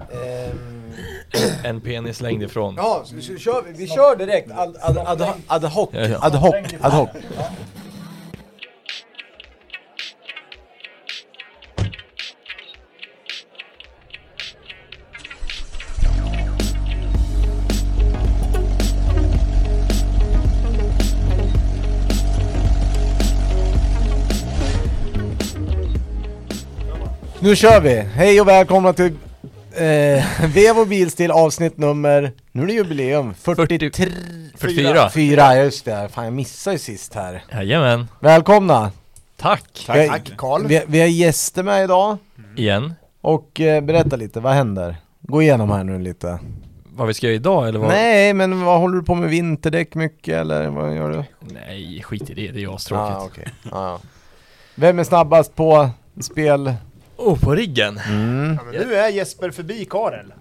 En penis längd ifrån. Ja, vi kör direkt. Ad hoc. Nu kör vi. Hej och välkomna till Vevo Bilstil avsnitt nummer, nu är det jubileum, 44. 4, just det. Fan, jag missade ju sist här. Jajamän. Välkomna. Tack. Tack Carl. Vi har gäster med idag. Igen. Och berätta lite, vad händer? Gå igenom här nu lite. Vad vi ska göra idag eller vad? Nej, men vad håller du på med, vinterdäck mycket eller vad gör du? Nej, skit i det, det är astråkigt. Okay. Vem är snabbast på spel? På riggen. Ja, men nu är Jesper förbi Karel.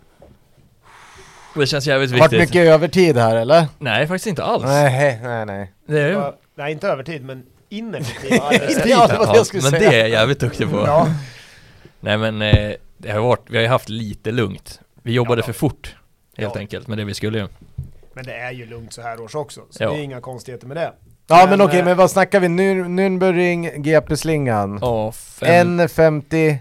Det känns jävligt Vart viktigt. mycket övertid här eller? Nej, faktiskt inte alls. Nej. Det är ju... Nej, inte övertid, men ineffektiv. Ja, det var det jag skulle men säga. det är jag jävligt duktig på. Ja. Nej, men det har varit, vi har ju haft lite lugnt. Vi jobbade för fort, helt enkelt, med det vi skulle ju. Men det är ju lugnt så här års också, så Ja. det är inga konstigheter med det. Ja, men okej, men vad snackar vi? Nürnbergring, GP-slingan. Ja, 1,50.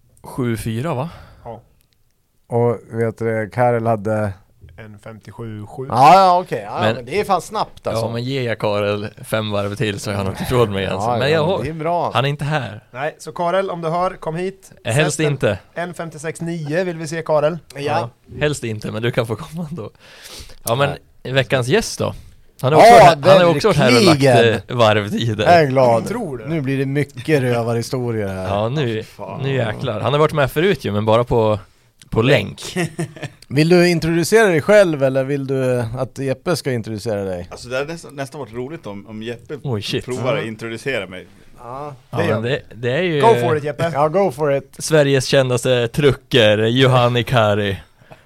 7-4 va? Ja. Och vet du, Karel hade... En 57,7. Ja, okej. Ja, Men- men det är fan snabbt alltså. Ja, men ger jag Karel 5 varv till så är han åkt ifrån mig igen. Ja, Men det är bra. han är inte här. Nej, så Karel, om du hör, kom hit. Helst Sätt en- inte. 1,56,9 vill vi se Karel. Ja. Helst inte, men du kan få komma då. Ja, men veckans gäst då? Han har också varit här och lagt varvtider. Jag är glad. Tror du? Nu blir det mycket rövarhistorier här. Ja, nu jäklar. Han har varit med förut ju, men bara på länk. Vill du introducera dig själv eller vill du att Jeppe ska introducera dig? Alltså det hade nästan varit roligt om Jeppe Oj, shit. provar att introducera mig. Ja. Ja, men det är ju Go for it, Jeppe. Ja, go for it. Sveriges kändaste trucker, Juhani Kari.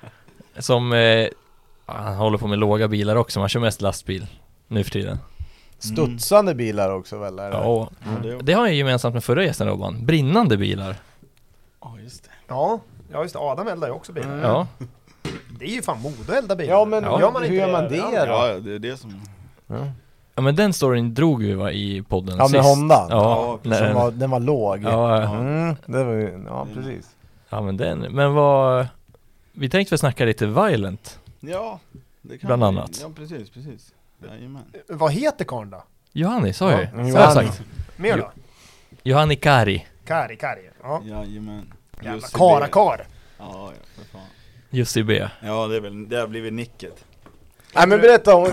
Som han håller på med låga bilar också, man kör mest lastbil nu för tiden. Studsande bilar också väl? Eller? Ja, det har jag gemensamt med förra gästen Robban. Brinnande bilar. Ja, just det. Ja, just det. Adam eldar ju också bilar. Ja. Det är ju fan mode att elda bilar. Ja, men Ja. Gör man hur inte gör man det då? Ja, det är det som... Ja, men den storyn drog vi i podden Ja, sist. med Honda. Ja, Den var låg. ja, Det var ju, ja, precis. ja, men vad... Vi tänkte väl snacka lite Violent. Ja, det kan Bland vi. annat. Ja, precis. Jajamän. Vad heter karln då? Johanni, sa jag ju. Ja, Har jag sagt? Mer då? Johanni Kari. Kari. Ja. Jajamän. Jävla Jussi kar. B. Ja, för fan. Jussi B. Ja, det har blivit nicket. Nej, men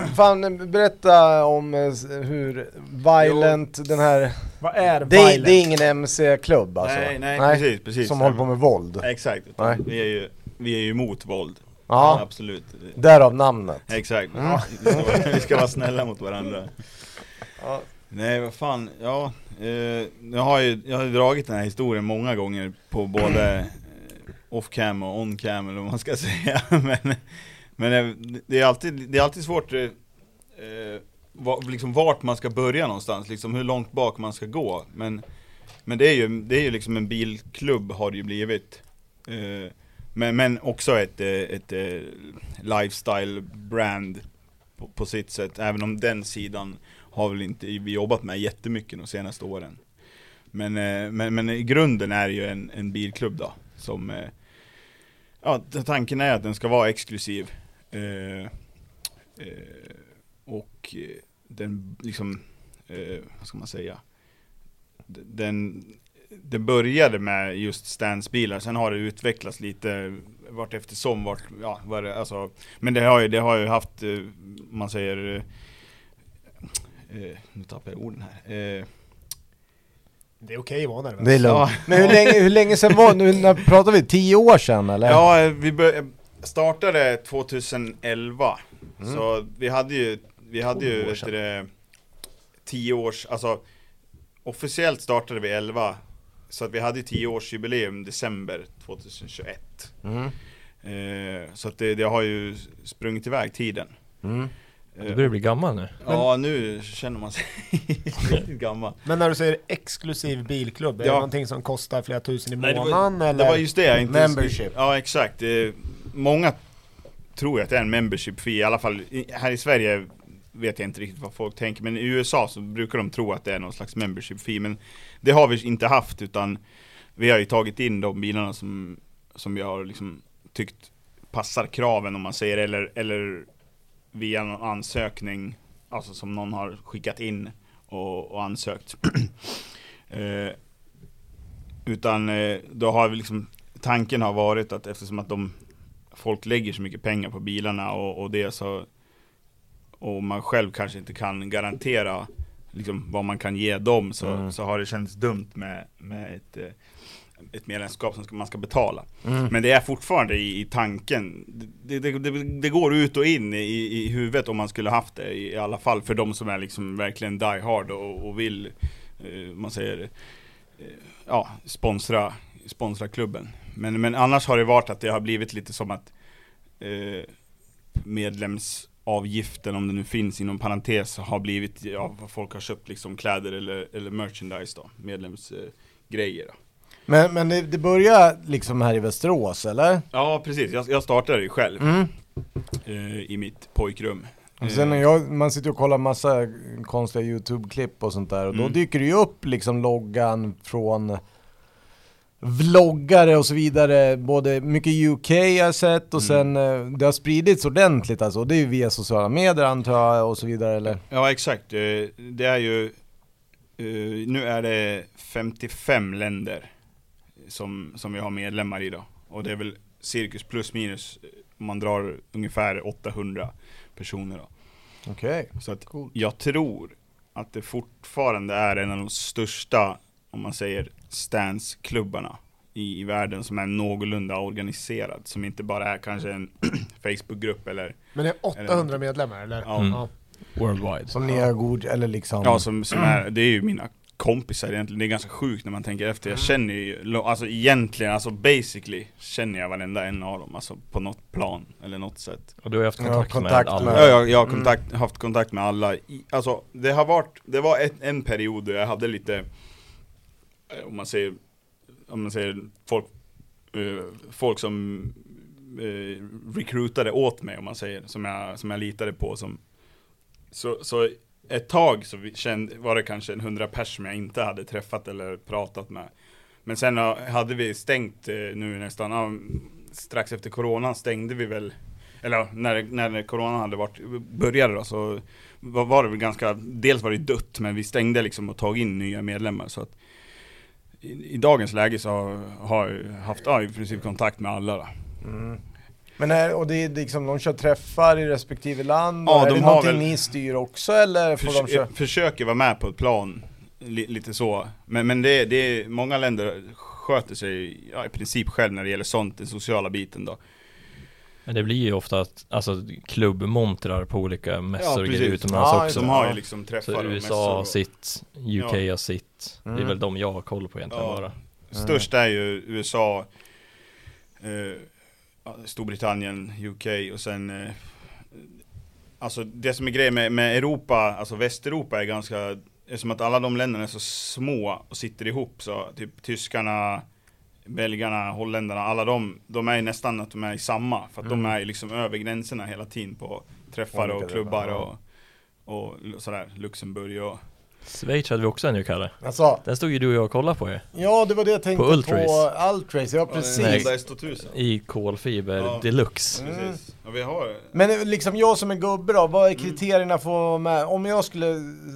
berätta om hur Violent den här... Vad är Det Violent? är ingen MC-klubb alltså? Nej, precis. Som håller på med våld? Exakt. Nej. Vi är ju emot våld. Ja, Absolut. därav namnet. Exakt. Vi ska vara snälla mot varandra. Ja. Nej, vad fan. Ja, jag har ju dragit den här historien många gånger på både off-cam och on-cam eller vad man ska säga. Men det är alltid svårt liksom vart man ska börja någonstans, liksom hur långt bak man ska gå. Men det är ju liksom en bilklubb har det ju blivit. Men också ett lifestyle brand på sitt sätt. Även om den sidan har väl inte vi jobbat med jättemycket de senaste åren. Men i grunden är det ju en bilklubb då. Som, tanken är att den ska vara exklusiv. Och den liksom, vad ska man säga? Det började med just standsbilar, sen har det utvecklats lite vart eftersom alltså, men det har ju haft man säger nu tappar jag orden här. Det är okej att vara nervös. Det är lugnt. Men hur länge sedan var nu? När pratar vi? 10 år sedan eller? Ja, vi startade 2011. Så vi hade ju 10 års, alltså officiellt startade vi 11, så att vi hade 10 års jubileum december 2021. Så att det har ju sprungit iväg tiden. Du börjar bli gammal nu. Ja, nu känner man sig riktigt gammal. Men när du säger exklusiv bilklubb, är det någonting som kostar flera tusen i månaden? Det var just det jag inte... Membership. Ja, exakt. Många tror att det är en membership fee. I alla fall här i Sverige vet jag inte riktigt vad folk tänker. Men i USA så brukar de tro att det är någon slags membership fee. Men det har vi inte haft, utan vi har ju tagit in de bilarna som vi har liksom tyckt passar kraven, om man säger, eller via någon ansökning, alltså som någon har skickat in och ansökt. Utan då har vi liksom, tanken har varit att eftersom att folk lägger så mycket pengar på bilarna och det så, och man själv kanske inte kan garantera liksom vad man kan ge dem, så har det känts dumt med ett medlemskap som man ska betala. Men det är fortfarande i tanken. Det går ut och in i huvudet om man skulle haft det, i alla fall för de som är liksom verkligen die hard och vill man säger sponsra klubben. Men annars har det varit att det har blivit lite som att medlemsavgiften, om det nu finns inom parentes, har blivit vad folk har köpt, liksom kläder eller merchandise då, medlemsgrejer då. Men det börjar liksom här i Västerås, eller? Ja, precis. Jag startade det själv i mitt pojkrum. Och sen man sitter och kollar massa konstiga YouTube-klipp och sånt där, och då dyker det ju upp liksom loggan från vloggare och så vidare, både mycket UK jag har sett, och sen det har spridits ordentligt alltså, och det är ju via sociala medier antar jag och så vidare, eller? Ja, exakt. Det är ju nu är det 55 länder som vi har medlemmar i då. Och det är väl cirkus plus minus, om man drar ungefär 800 personer då. Okej. Så att jag tror att det fortfarande är en av de största, om man säger, stansklubbarna i världen, som är någorlunda organiserad, som inte bara är kanske en Facebookgrupp eller... Men det är 800 medlemmar, eller? Ja. Worldwide. Som ni är god, eller liksom... Ja, som är, det är ju mina kompisar egentligen. Det är ganska sjukt när man tänker efter. Jag känner ju, alltså egentligen, alltså basically känner jag varenda en av dem, alltså på något plan eller något sätt. Och du har haft kontakt med alla? Ja, jag har haft kontakt med alla. Alltså det var en period där jag hade lite, om man säger folk som recruitade åt mig, om man säger, som jag litade på, så ett tag så var det kanske 100 pers som jag inte hade träffat eller pratat med. Men sen hade vi stängt nu nästan, strax efter coronan stängde vi väl, eller när coronan hade började då, så var det väl ganska, dels var det dött, men vi stängde liksom och tog in nya medlemmar, så att i dagens läge så har jag haft i princip kontakt med alla då. Men och det är liksom, de kör träffar i respektive land, ja, och är de det någonting ni styr också, eller får de köra? Försöker vara med på ett plan lite så, men det är många länder sköter sig i princip själv när det gäller sånt, den sociala biten då. Men det blir ju ofta klubbmontrar på olika mässor och grejer utomlands också. De har ju liksom träffar så och USA har mässor sitt, UK har sitt. Det är väl de jag har koll på egentligen bara. Störst är ju USA, Storbritannien, UK, och sen alltså det som är grejen med Europa, alltså Västeuropa är ganska, som att alla de länderna är så små och sitter ihop, så typ tyskarna, belgarna, holländarna, alla de är nästan att de är i samma, för att de är liksom över gränserna hela tiden på träffar och klubbar och sådär, Luxemburg och... Schweiz hade vi också en ju, Kalle. Alltså, den stod ju du och jag kollade på ju. Ja, det var det jag tänkte på Ultrace, ja precis. I kolfiber deluxe. Precis. Ja, vi har... Men liksom jag som är gubbe då, vad är kriterierna för att vara med? Om jag skulle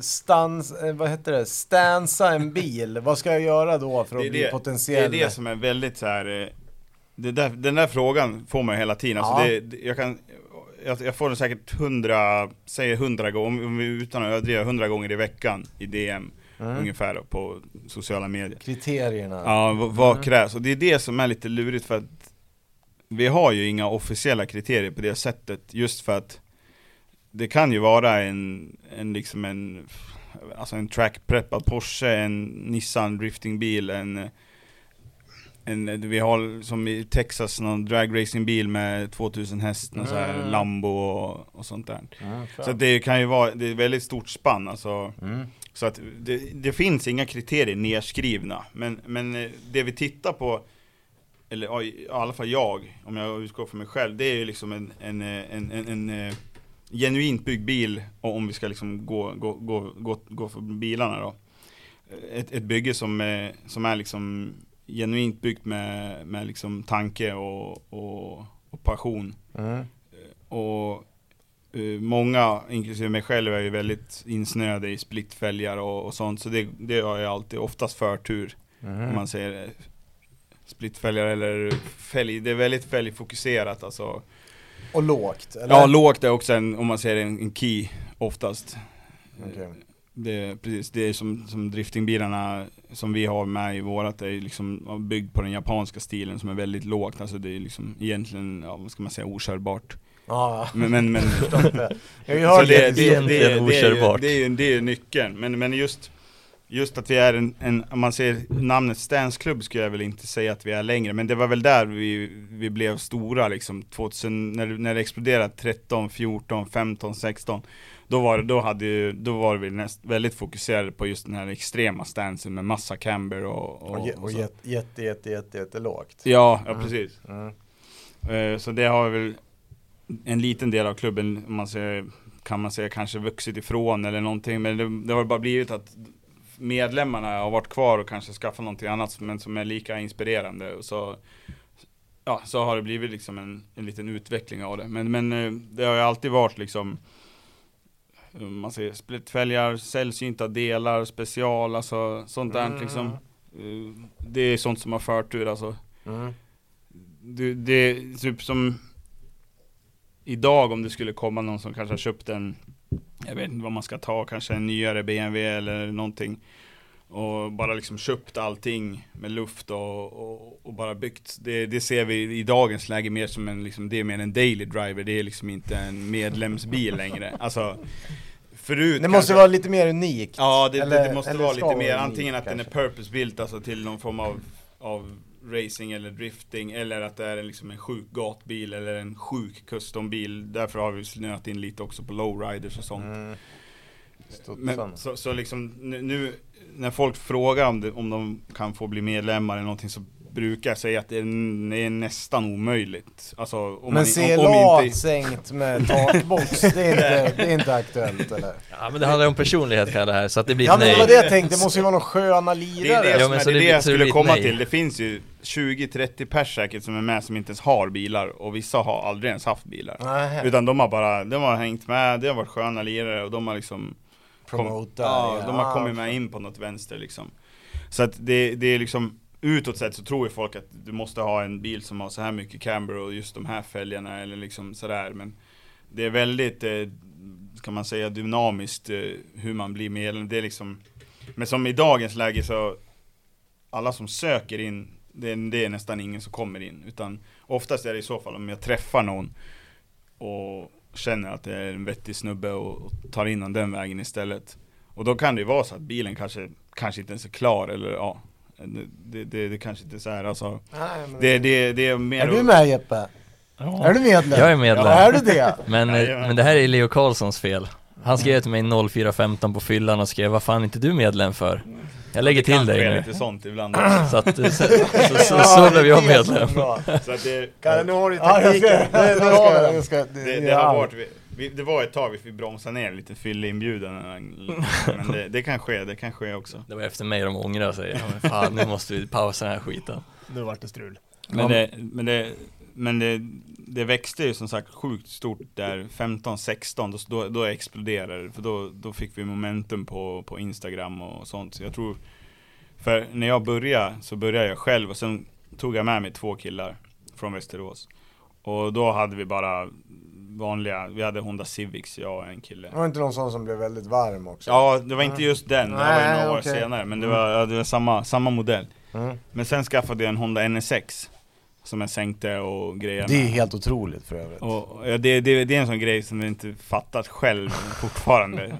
stansa en bil, vad ska jag göra då för att bli potentiell? Det är det som är väldigt så här, den där frågan får man hela tiden. Alltså jag får den säkert 100 gånger, utan att överdriva, 100 gånger i veckan i DM ungefär då, på sociala medier. Kriterierna. Ja, vad krävs? Och det är det som är lite lurigt, för att vi har ju inga officiella kriterier på det sättet, just för att det kan ju vara en trackpreppad Porsche, en Nissan driftingbil, vi har som i Texas någon dragracingbil med 2000 häst, någon så här Lambo och sånt där. Så det kan ju vara, det är väldigt stort spann alltså. Så att det finns inga kriterier nedskrivna, men det vi tittar på, eller i alla fall jag, om jag utgår från mig själv, det är ju liksom en genuint byggd bil, och om vi ska liksom gå för bilarna då. Ett bygge som är liksom genuint byggt med liksom tanke och passion. Och många, inklusive mig själv, är ju väldigt insnöade i splittfälgar och sånt, så det har jag alltid oftast förtur. Om man säger splittfälgar eller fälg, det är väldigt fälgfokuserat alltså. Och lågt, eller? Ja, lågt är också om man säger en key oftast. Okay. Det är som driftingbilarna som vi har med i vårat, är liksom byggd på den japanska stilen som är väldigt lågt. Alltså det är liksom egentligen, vad ska man säga, okörbart. Men jag har det är ju nyckeln. Men just att vi är om man ser namnet Stance Club, skulle jag väl inte säga att vi är längre, men det var väl där vi blev stora liksom 2000, när det exploderade 13, 14, 15, 16. Då var vi väldigt fokuserade på just den här extrema stansen med massa camber och jättelågt. Ja, precis. Så det har väl en liten del av klubben, kan man säga kanske vuxit ifrån eller någonting, men det har bara blivit att medlemmarna har varit kvar och kanske skaffat någonting annat, men som är lika inspirerande, och så har det blivit liksom en liten utveckling av det. Men det har ju alltid varit liksom, man ser splittfälgar, sällsynta delar, special, alltså sånt där liksom. Det är sånt som har förtur alltså. Det är typ som idag, om det skulle komma någon som kanske har köpt jag vet inte vad man ska ta, kanske en nyare BMW eller någonting, och bara liksom köpt allting med luft och bara byggt. Det ser vi i dagens läge mer som det är mer en daily driver, det är liksom inte en medlemsbil längre. Alltså förut det måste vara lite mer unikt. Ja, det måste vara lite mer, antingen att kanske den är purpose-built alltså till någon form av racing eller drifting, eller att det är liksom en sjuk gatbil eller en sjuk custombil. Därför har vi snöat in lite också på lowriders och sånt. Men så liksom nu när folk frågar om de kan få bli medlemmar eller någonting, så brukar jag säga att det är nästan omöjligt. Alltså, men CLA sänkt med takbox, det är inte aktuellt, eller? Ja, men det handlar om personlighet kan det här, så att det blir nej. Nej. Men vad det jag tänkte, det måste ju vara någon sköna lirare. Det är det jag skulle komma till. Det finns ju 20-30 pers säkert som är med som inte ens har bilar, och vissa har aldrig ens haft bilar. Utan de har hängt med, det har varit sköna lirare, och de har liksom de har kommit med in på något vänster liksom. Så att det är liksom, utåt sett så tror ju folk att du måste ha en bil som har så här mycket camber och just de här fälgarna eller liksom sådär, men det är väldigt kan man säga dynamiskt hur man blir medlem. Det är liksom, men som i dagens läge så alla som söker in, det är nästan ingen som kommer in, utan oftast är det i så fall om jag träffar någon och känner att det är en vettig snubbe och tar in den vägen istället. Och då kan det ju vara så att bilen kanske inte ens är klar, eller det kanske inte är så här alltså. Nej, det är mer. Är du med, Jeppe? Ja. Är du medlem? Jag är medlem. Ja, är du det? Men det här är Leo Karlssons fel. Han skrev till mig 04:15 på fyllan och skrev: vad fan är inte du medlem för? Jag lägger till dig nu. Lite sånt ibland. Så att så blev jag medlem. Så att det kan du ha det taktiken? Det har varit det var ett tag vi fick bromsa ner lite fyllinbjudan, men det kan ske också. Det var efter mig de ångrar sig. Men fan, nu måste vi pausa den här skiten. Nu vart det strul. Men det växte ju som sagt sjukt stort där 15-16, då exploderade det, för då fick vi momentum på Instagram och sånt. Så jag tror, för när jag började jag själv, och sen tog jag med mig 2 killar från Västerås, och då hade vi bara vi hade Honda Civics, jag och en kille. Det var inte någon sån som blev väldigt varm också? Ja, det var inte just den, det var ju några år senare, men det var samma modell. Men sen skaffade jag en Honda NSX som jag sänkte och grejer. Det är helt otroligt för övrigt. Och det är en sån grej som jag inte fattat själv fortfarande.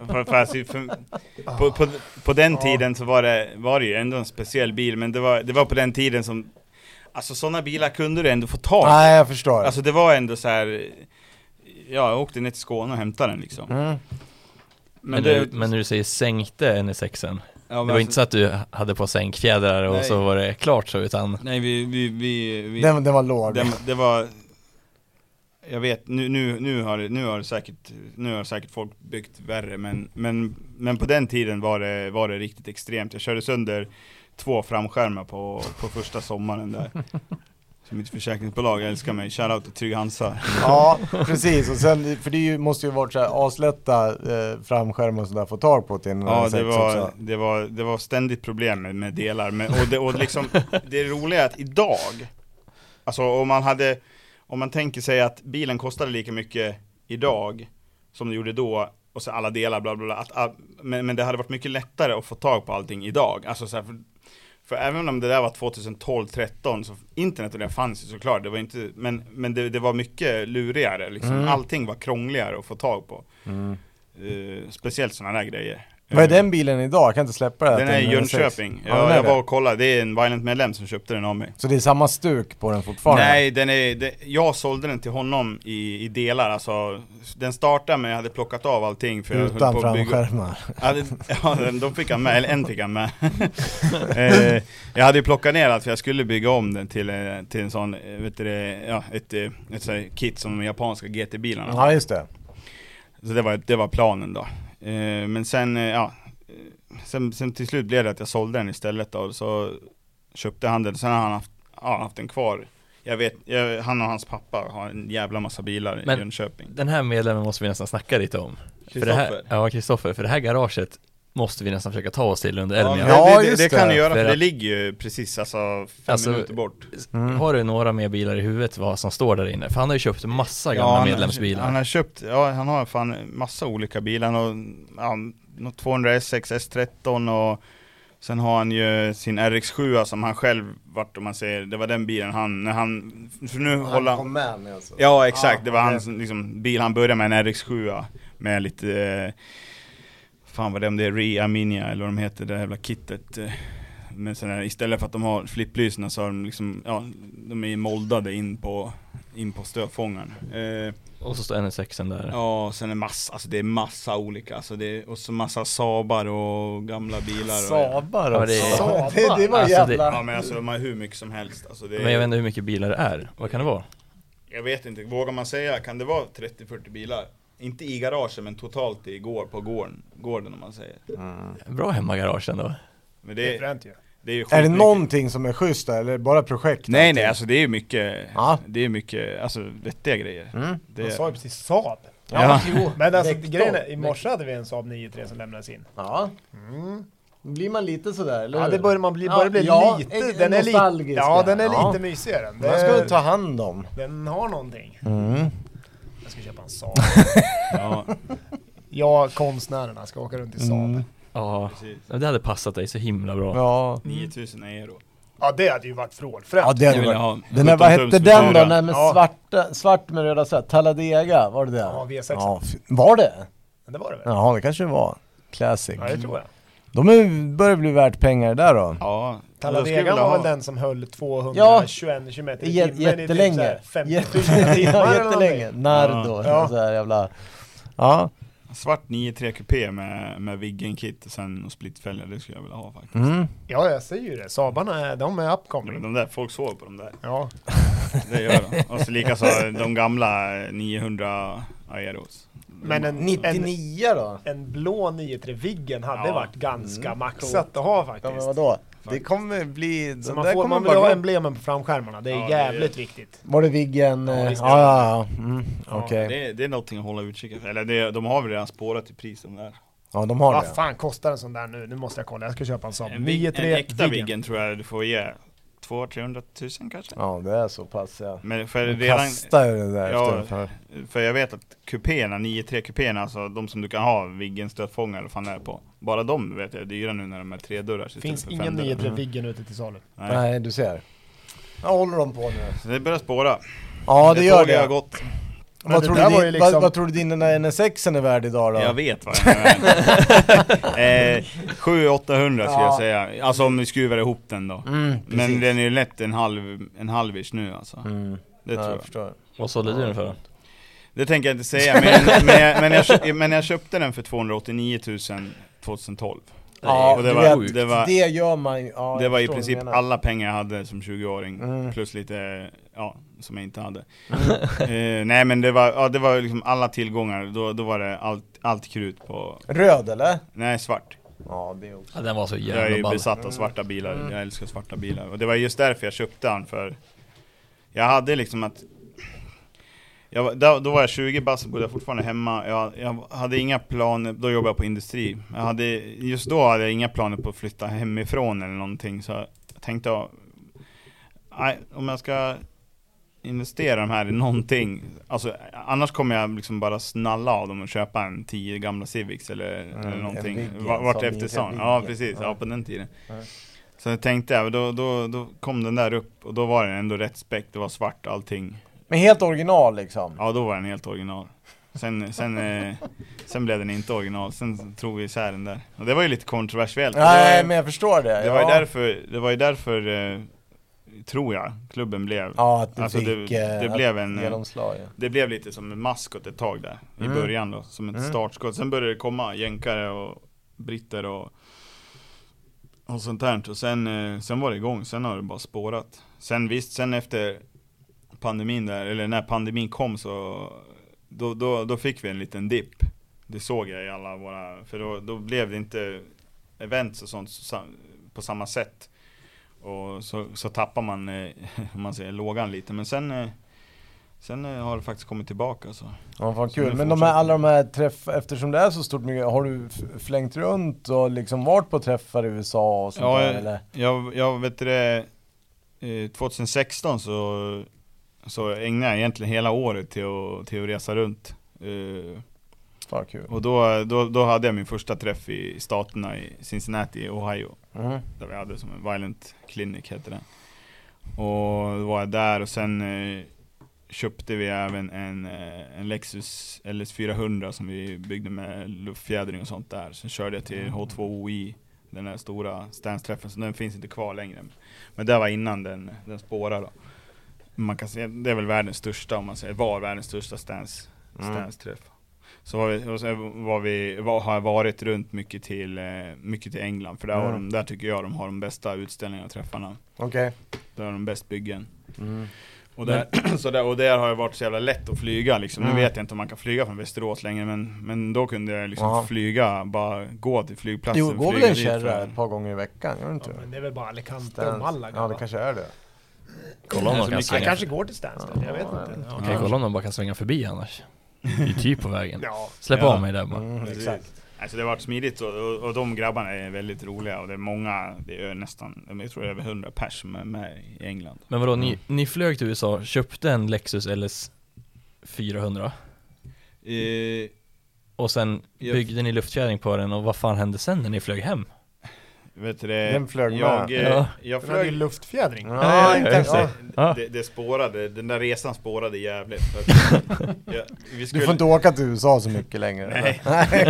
På den tiden så var det ju ändå en speciell bil, men det var på den tiden som Alltså sådana bilar kunde du ändå få tag i. Nej, jag förstår. Alltså det var ändå så här. Ja, jag åkte ner till Skåne och hämtade den liksom. Men när du säger sänkte NSXen, ja, det var inte så att du hade på sänkfjädrar och så var det klart så, utan... Nej, vi den var låg. Det var... Jag vet, nu har säkert folk byggt värre, men på den tiden var det riktigt extremt. Jag körde sönder 2 framskärmar på första sommaren där. Så mitt försäkringsbolag älskar mig. Shoutout till Trygg Hansa. Ja, precis. Och sen, för det måste ju varit så här aslätta framskärmar som där få tag på till. Ja, det var ständigt problem med delar. Och liksom, det roliga är att idag, alltså om man tänker sig att bilen kostade lika mycket idag som det gjorde då, och så alla delar bla bla bla, men det hade varit mycket lättare att få tag på allting idag. Alltså så här, för även om det där var 2012-13 så internet och det fanns ju såklart, det var inte, men det var mycket lurigare liksom. Allting var krångligare att få tag på. Speciellt sådana där grejer. Vad är den bilen idag? Jag kan inte släppa det. Den är i Jönköping. Jag var och kollade. Det är en Violent-medlem som köpte den av mig. Så det är samma stuk på den fortfarande? Nej, jag sålde den till honom i delar. Alltså, den startade med, jag hade plockat av allting. För utan framskärmar? Ja, de fick han med. Eller en fick han med. Jag hade ju plockat ner allt för jag skulle bygga om den till en sån, vet du, ett sån kit som de japanska GT-bilarna. Ja, just det. Så det var planen då. Men sen till slut blev det att jag sålde den istället då, så köpte han den. Sen har han haft den kvar. Jag vet, han och hans pappa har en jävla massa bilar i Jönköping. Den här medlemmen måste vi nästan snacka lite om. Kristoffer, för det här garaget måste vi nästan försöka ta oss till under Elmia. Ja, det kan du göra, för det ligger ju precis 5 minuter bort. Har du några mer bilar i huvudet vad som står där inne? För han har ju köpt massa gamla medlemsbilar. Han har fan massa olika bilar och något 200 S6, S13 och sen har han ju sin RX7 som han själv vart, om man säger, det var den bilen han kom med alltså. Ja, exakt, det var hans liksom, bil. Han började med en RX7 med lite fan vad det är Re-Aminia eller vad de heter, det jävla kittet. Men sen här, istället för att de har flipplyserna så har de liksom, de är moldade in på stötfångaren. Och så står NSXen där. Ja, sen det är massa olika, alltså det är, och så massa Saabar och gamla bilar. Saabar och det var alltså jävla. Ja, men alltså de har hur mycket som helst. Alltså, men jag vet inte hur mycket bilar det är. Vad kan det vara? Jag vet inte, vågar man säga, kan det vara 30-40 bilar? Inte i garagen, men totalt på gården om man säger. Bra hemmagarage ändå. Men det är fränt ju. Är det någonting som är schysst eller bara projekt? Nej, alltså det är mycket, alltså vettiga grejer. Jag sa ju precis Saab. Ja. Men alltså grejen är, i morse hade vi en Saab 9-3 som lämnades in. Ja. Blir man lite sådär, eller? Ja, det börjar bli lite. Den är nostalgisk. Ja, den är lite mysigare. Man ska ta hand om. Den har någonting. Jag ska köpa en Saab. Ja, konstnärerna ska åka runt i Saab. Ja, det hade passat dig så himla bra. Ja. 9000 euro. Ja, det hade ju varit frålfrämt. Ja, det hade varit. Den där, vad hette den då? Nej, med svart med röda sätt. Talladega, var det det? Ja, V6. Ja, var det? Men det var det väl? Ja, det kanske det var. Classic. Ja, det tror jag. De börjar bli värt pengar där då. Ja. Talladega var väl den som höll 221 km i timmen jättelänge. i 50 000 timmar. Jättelänge. Nardo. Ja. Så här jävla. Ja. Svart 9-3 kupé med Viggen-kit och sen och splitfälgar, det skulle jag vilja ha faktiskt. Ja, jag säger ju det. Saabarna, de är upcoming. De där, folk sover på de där. Ja. Det gör de. Och så likaså de gamla 900 Aeros. Men en 99 då? En blå 9-3 Viggen hade varit ganska maxat att ha faktiskt. Ja, men vadå? Det kommer bli... Så man vill ha emblemen på framskärmarna. Det är jävligt viktigt. Var det Viggen? Ja. Okej. Det är någonting att hålla utkik efter. Eller de har väl redan spårat i pris om där. Ja, de har det. Vad fan kostar en sån där nu? Nu måste jag kolla. Jag ska köpa en sån. En äkta Viggen tror jag du får ge 200-300 000 kanske. Ja, det är så pass, ja. Men för de redan kastar ju det där efter. För jag vet att kupéerna, 9-3 kupéerna, alltså de som du kan ha Viggen stötfångare eller fan är på. Bara de vet jag, det är dyra nu när de är 3-dörrar. Finns ingen 9-3 Viggen ute till salu. Nej, du ser. Jag håller dem på nu. Så det börjar spåra. Ja, det gör det. Har gått. Vad tror, där du var ju liksom... vad tror du din NSX är värd idag då? Jag vet vad den är värd. 700-800 skulle jag säga. Alltså om vi skruvar ihop den då. Men den är ju lätt en halvish nu alltså. Det tror jag. Förstår. Vad sålde du den för då? Det tänker jag inte säga, men jag köpte den för 289 000 2012. Ja, och det gör man ju. Ja, det var i princip alla pengar jag hade som 20-åring plus lite som jag inte hade. Nej men det var liksom alla tillgångar. Då var det allt krut på. Röd eller? Nej, svart. Ja, det också. Ja, den var så jävla Jag är ju ball. besatt av svarta bilar. Jag älskar svarta bilar. Och det var just därför jag köpte den, för jag hade liksom att då var jag 20 bass och bodde fortfarande hemma. Jag hade inga planer, då jobbade jag på industri. Just då hade jag inga planer på att flytta hemifrån eller någonting. Så jag tänkte, om jag ska investera de här i någonting, alltså, annars kommer jag liksom bara snalla av dem och köpa en 10 gamla Civics eller någonting. Vart efter sån. Ja, precis. Ja, på den tiden. Så jag tänkte, då kom den där upp och då var den ändå rätt späck. Det var svart allting. Men helt original liksom? Ja, då var den helt original. Sen blev den inte original. Sen tog vi isär den där. Och det var ju lite kontroversiellt. Nej, men jag förstår det. Det var ju därför tror jag klubben blev. Ja, att alltså det blev en genomslag. Ja. Det blev lite som en maskot ett tag där i början då, som ett startskott. Sen började det komma jänkare och britter och sånt där. Och sen var det igång. Sen har det bara spårat. Sen efter pandemin där, eller när pandemin kom, så då fick vi en liten dipp. Det såg jag i alla våra, för då blev det inte events och sånt på samma sätt. Och så tappar man om man säger lågan lite, men sen har det faktiskt kommit tillbaka så. Ja, fan kul. Men alla de här eftersom det är så stort mycket, har du flängt runt och liksom varit på träffar i USA och sånt där, eller? Jag vet det, 2016 så ägnade jag egentligen hela året till att resa runt. Fan kul. Och då hade jag min första träff i staterna i Cincinnati, Ohio. Där vi hade som en Violent Clinic heter den. Och då var jag där och sen köpte vi även en Lexus LS400 som vi byggde med luftfjädring och sånt där. Sen körde jag till H2OI, den här stora Stance-träffen, så den finns inte kvar längre. Men det var innan den spårade då. Man kan säga, det är väl världens största, om man säger, var världens största Stance-träff. Så har jag varit runt mycket till England, för där tycker jag de har de bästa utställningarna och träffarna. Okej. Där har de bäst byggen. Och där har jag varit så jävla lätt att flyga liksom. Nu vet jag inte om man kan flyga från Västerås längre, men då kunde jag liksom flyga, bara gå till flygplatsen. Jo, går väl en kärra ett par gånger i veckan, gör det inte? Men det är väl bara Alicante och Malaga. Ja, det kanske är det. Kolla om de kanske går till Stansted, jag vet inte. Okej, kolla om de bara kan svänga förbi annars. Det är typ på vägen. Ja. Släpp av mig där bara. Exakt. Alltså det har varit smidigt och de grabbarna är väldigt roliga och det är många, det är nästan, jag tror det är över 100 pers med i England. Men vadå, ni flög till USA, köpte en Lexus LS 400 och sen byggde ni luftfjädring på den, och vad fan hände sen när ni flög hem? Vet du det? Den flög jag flög i luftfjädring. Det spårade, den där resan spårade jävligt. Du får inte åka till USA så mycket längre. Nej.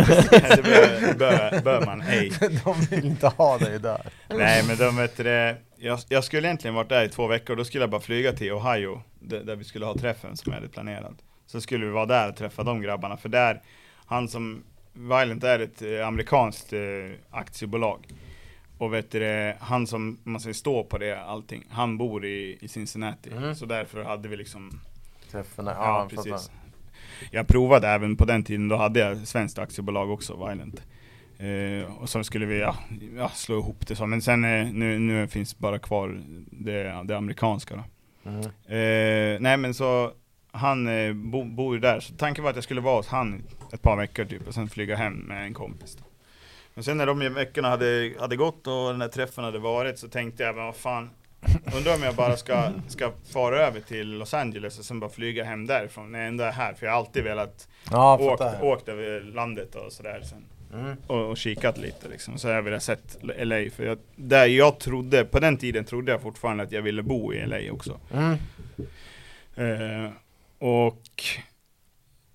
Det bör man ej. De vill inte ha dig där. Nej, men de vet det. Jag skulle egentligen varit där i 2 veckor. Då skulle jag bara flyga till Ohio, där vi skulle ha träffen som jag hade planerat. Så skulle vi vara där och träffa de grabbarna, för där, han som Violent är ett amerikanskt aktiebolag. Och vet du, han som man säger står på det allting, han bor i Cincinnati. Så därför hade vi liksom träffarna. Ja, precis. Jag provade även på den tiden, då hade jag svenskt aktiebolag också, Violent. Och så skulle vi slå ihop det så. Men sen nu finns bara kvar det amerikanska då. Nej, men så han bor där. Så tanken var att jag skulle vara hos han ett par veckor typ, och sen flyga hem med en kompis då. Men sen när de veckorna hade gått och den här träffen hade varit, så tänkte jag, vad fan, undrar om jag bara ska fara över till Los Angeles och sen bara flyga hem därifrån när jag ändå är här, för jag har alltid velat åkt över landet och sådär sen. Och kikat lite liksom, så jag ville sett LA, för jag trodde, på den tiden trodde jag fortfarande att jag ville bo i LA också. Och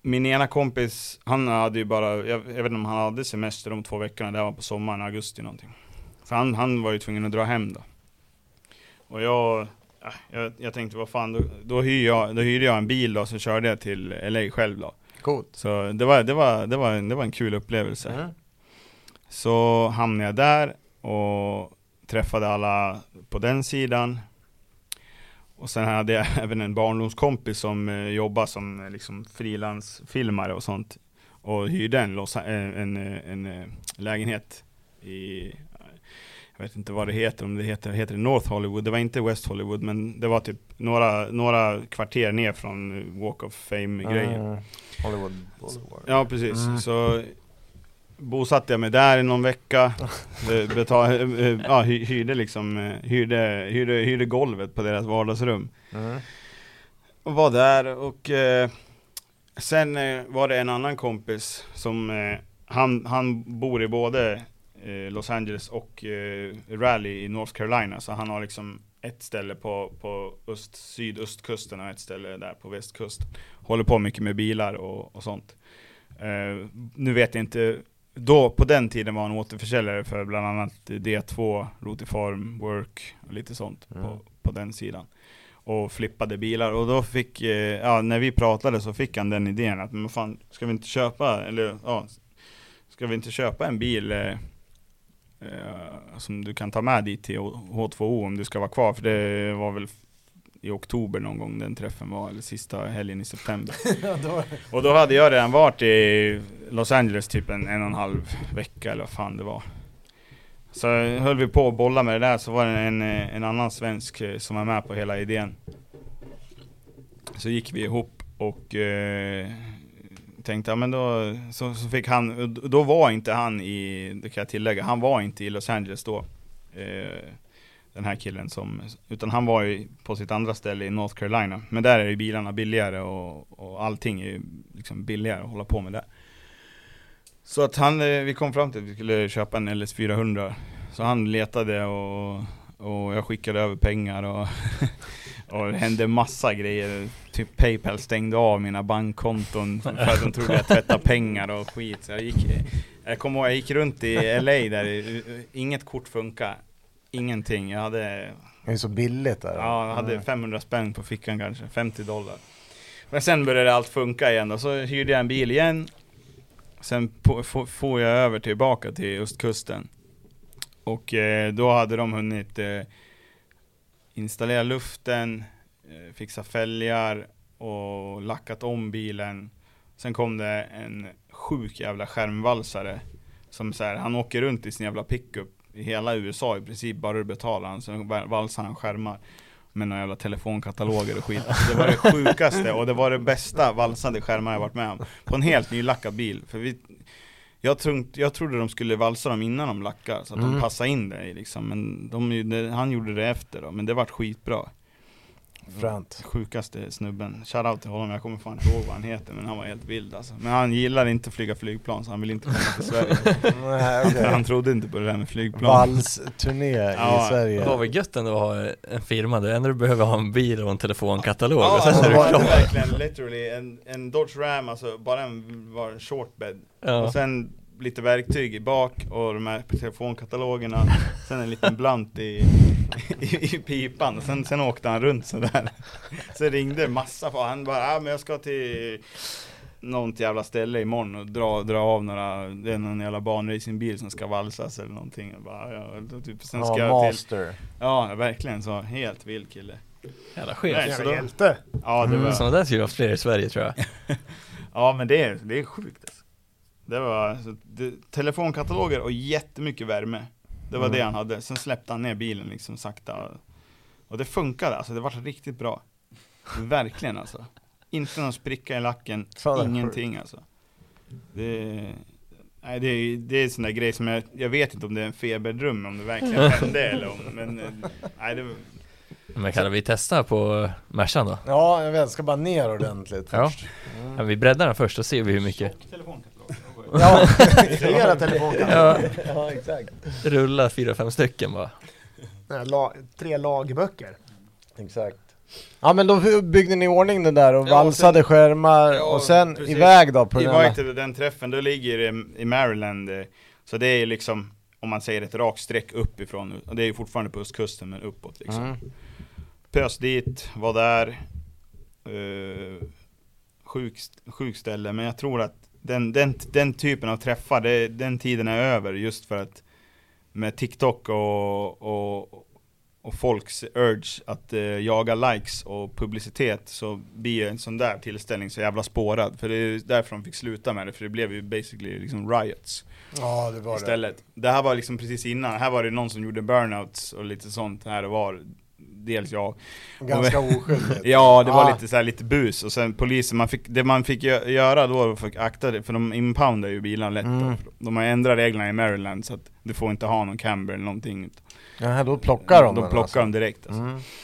min ena kompis, han hade ju bara, jag vet inte om han hade semester de 2 veckorna, det var på sommaren, augusti någonting. För han var ju tvungen att dra hem då. Och jag tänkte, vad fan, då hyrde jag en bil då, så körde jag till LA själv då. Coolt. Så det var en kul upplevelse. Så hamnade jag där och träffade alla på den sidan. Och sen hade jag även en barndomskompis som jobbar som liksom frilansfilmare och sånt. Och hyrde en lägenhet i, jag vet inte vad det heter, om det heter North Hollywood. Det var inte West Hollywood, men det var typ några kvarter ner från Walk of Fame-grejer. Hollywood Boulevard. Ja, precis. Så bosatte jag mig där i någon vecka. Hyrde golvet på deras vardagsrum. Och var där och sen var det en annan kompis som han bor i både Los Angeles och Raleigh i North Carolina, så han har liksom ett ställe på sydöstkusten och ett ställe där på västkusten. Håller på mycket med bilar och sånt. Nu vet jag inte, då på den tiden var han återförsäljare för bland annat D2, Rotiform, Work och lite sånt på den sidan. Och flippade bilar, och då fick när vi pratade så fick han den idén att, men fan, ska vi inte köpa en bil som du kan ta med dit till H2O om du ska vara kvar, för det var väl i oktober någon gång den träffen var, eller sista helgen i september. Och då hade jag redan varit i Los Angeles typ en och en halv vecka eller vad fan det var. Så höll vi på att bolla med det där, så var det en annan svensk som var med på hela idén. Så gick vi ihop och tänkte, ja, men då så fick han, då var inte han det kan jag tillägga, han var inte i Los Angeles då, den här killen utan han var ju på sitt andra ställe i North Carolina, men där är ju bilarna billigare och allting är ju liksom billigare att hålla på med där. Så att vi kom fram till att vi skulle köpa en LS400, så han letade och jag skickade över pengar och det hände massa grejer. Typ PayPal stängde av mina bankkonton för att de trodde jag tvättade pengar och skit. Så jag gick runt i LA där inget kort funkar. Ingenting. Det är så billigt där. Ja, jag hade 500 spänn på fickan kanske. $50. Men sen började allt funka igen. Och så hyrde jag en bil igen. Sen får jag över tillbaka till östkusten. Och då hade de hunnit installera luften, fixa fälgar och lackat om bilen. Sen kom det en sjuk jävla skärmvalsare som så här, han åker runt i sin jävla pickup i hela USA i princip, bara du betalar han, så valsar han skärmar med några jävla telefonkataloger och skit. Det var det sjukaste och det var det bästa valsade skärmar jag varit med om på en helt ny lackad bil. För jag trodde de skulle valsa dem innan de lackar så att de passade in det liksom. Men han gjorde det efter då, men det var skitbra. Fränt. Sjukaste snubben. Shoutout till honom, jag kommer fan inte ihåg vad han heter, men han var helt vild alltså. Men han gillar inte att flyga flygplan, så han vill inte komma till Sverige. Nej, okay. Han trodde inte på det där med flygplan. Valsturné i Sverige. Det var väl gött ändå att ha en firma där ändå du behöver ha en bil och en telefonkatalog. Ja, och sen är du klar. Verkligen, literally en Dodge Ram, alltså bara var en short bed. Ja. Och sen lite verktyg i bak och de här telefonkatalogerna. Sen en liten blant i pipan. Och sen åkte han runt sådär. Så ringde massa på. Han bara, men jag ska till något jävla ställe imorgon och dra av det är någon jävla banracingbil som ska valsas eller någonting. Och bara, typ, sen ska jag master. Ja, verkligen så. Helt vild kille. Jävla chef. Hjälte. Ja, det var... Sådana där skulle ha fler i Sverige, tror jag. Ja, men det är sjukt alltså. Det var alltså, telefonkataloger och jättemycket värme. Det var det han hade. Sen släppte han ner bilen liksom sakta. Och det funkade alltså, det var riktigt bra. Verkligen alltså. Inte någon spricka i lacken, ingenting alltså. Det är sån där grej som jag vet inte om det är en feberdröm, om det verkligen hände eller om, men nej det. Men kan vi testa på Mercan då? Ja, jag vet, jag ska bara ner ordentligt först. Ja, vi breddar den först och ser vi hur mycket. Ja, flera telefonkataloger. Ja, exakt. Rulla 4-5 stycken bara. 3 lagböcker. Exakt. Ja, men då byggde ni i ordning det där och valsade skärmar och sen precis. iväg då på den träffen, då ligger i Maryland. Så det är liksom, om man säger ett rakt streck uppifrån. Och det är ju fortfarande på östkusten, men uppåt liksom. Pös dit, var där. Sjuk ställe, men jag tror att den typen av träffar, den tiden är över, just för att med TikTok och folks urge att jaga likes och publicitet, så blir en sån där tillställning så jävla spårad. För det är därför de fick sluta med det, för det blev ju basically liksom riots. Ja, det var istället. Det här var liksom precis innan. Här var det någon som gjorde burnouts och lite sånt här, det var dels jag. Ganska oskyldigt. Ja, det var lite så här, lite bus. Och sen polisen, det man fick göra då, fick akta det, för de impoundar ju bilarna lätt. De har ändrat reglerna i Maryland så att du får inte ha någon camber eller någonting. Ja, då plockar de. Då plockar de direkt alltså.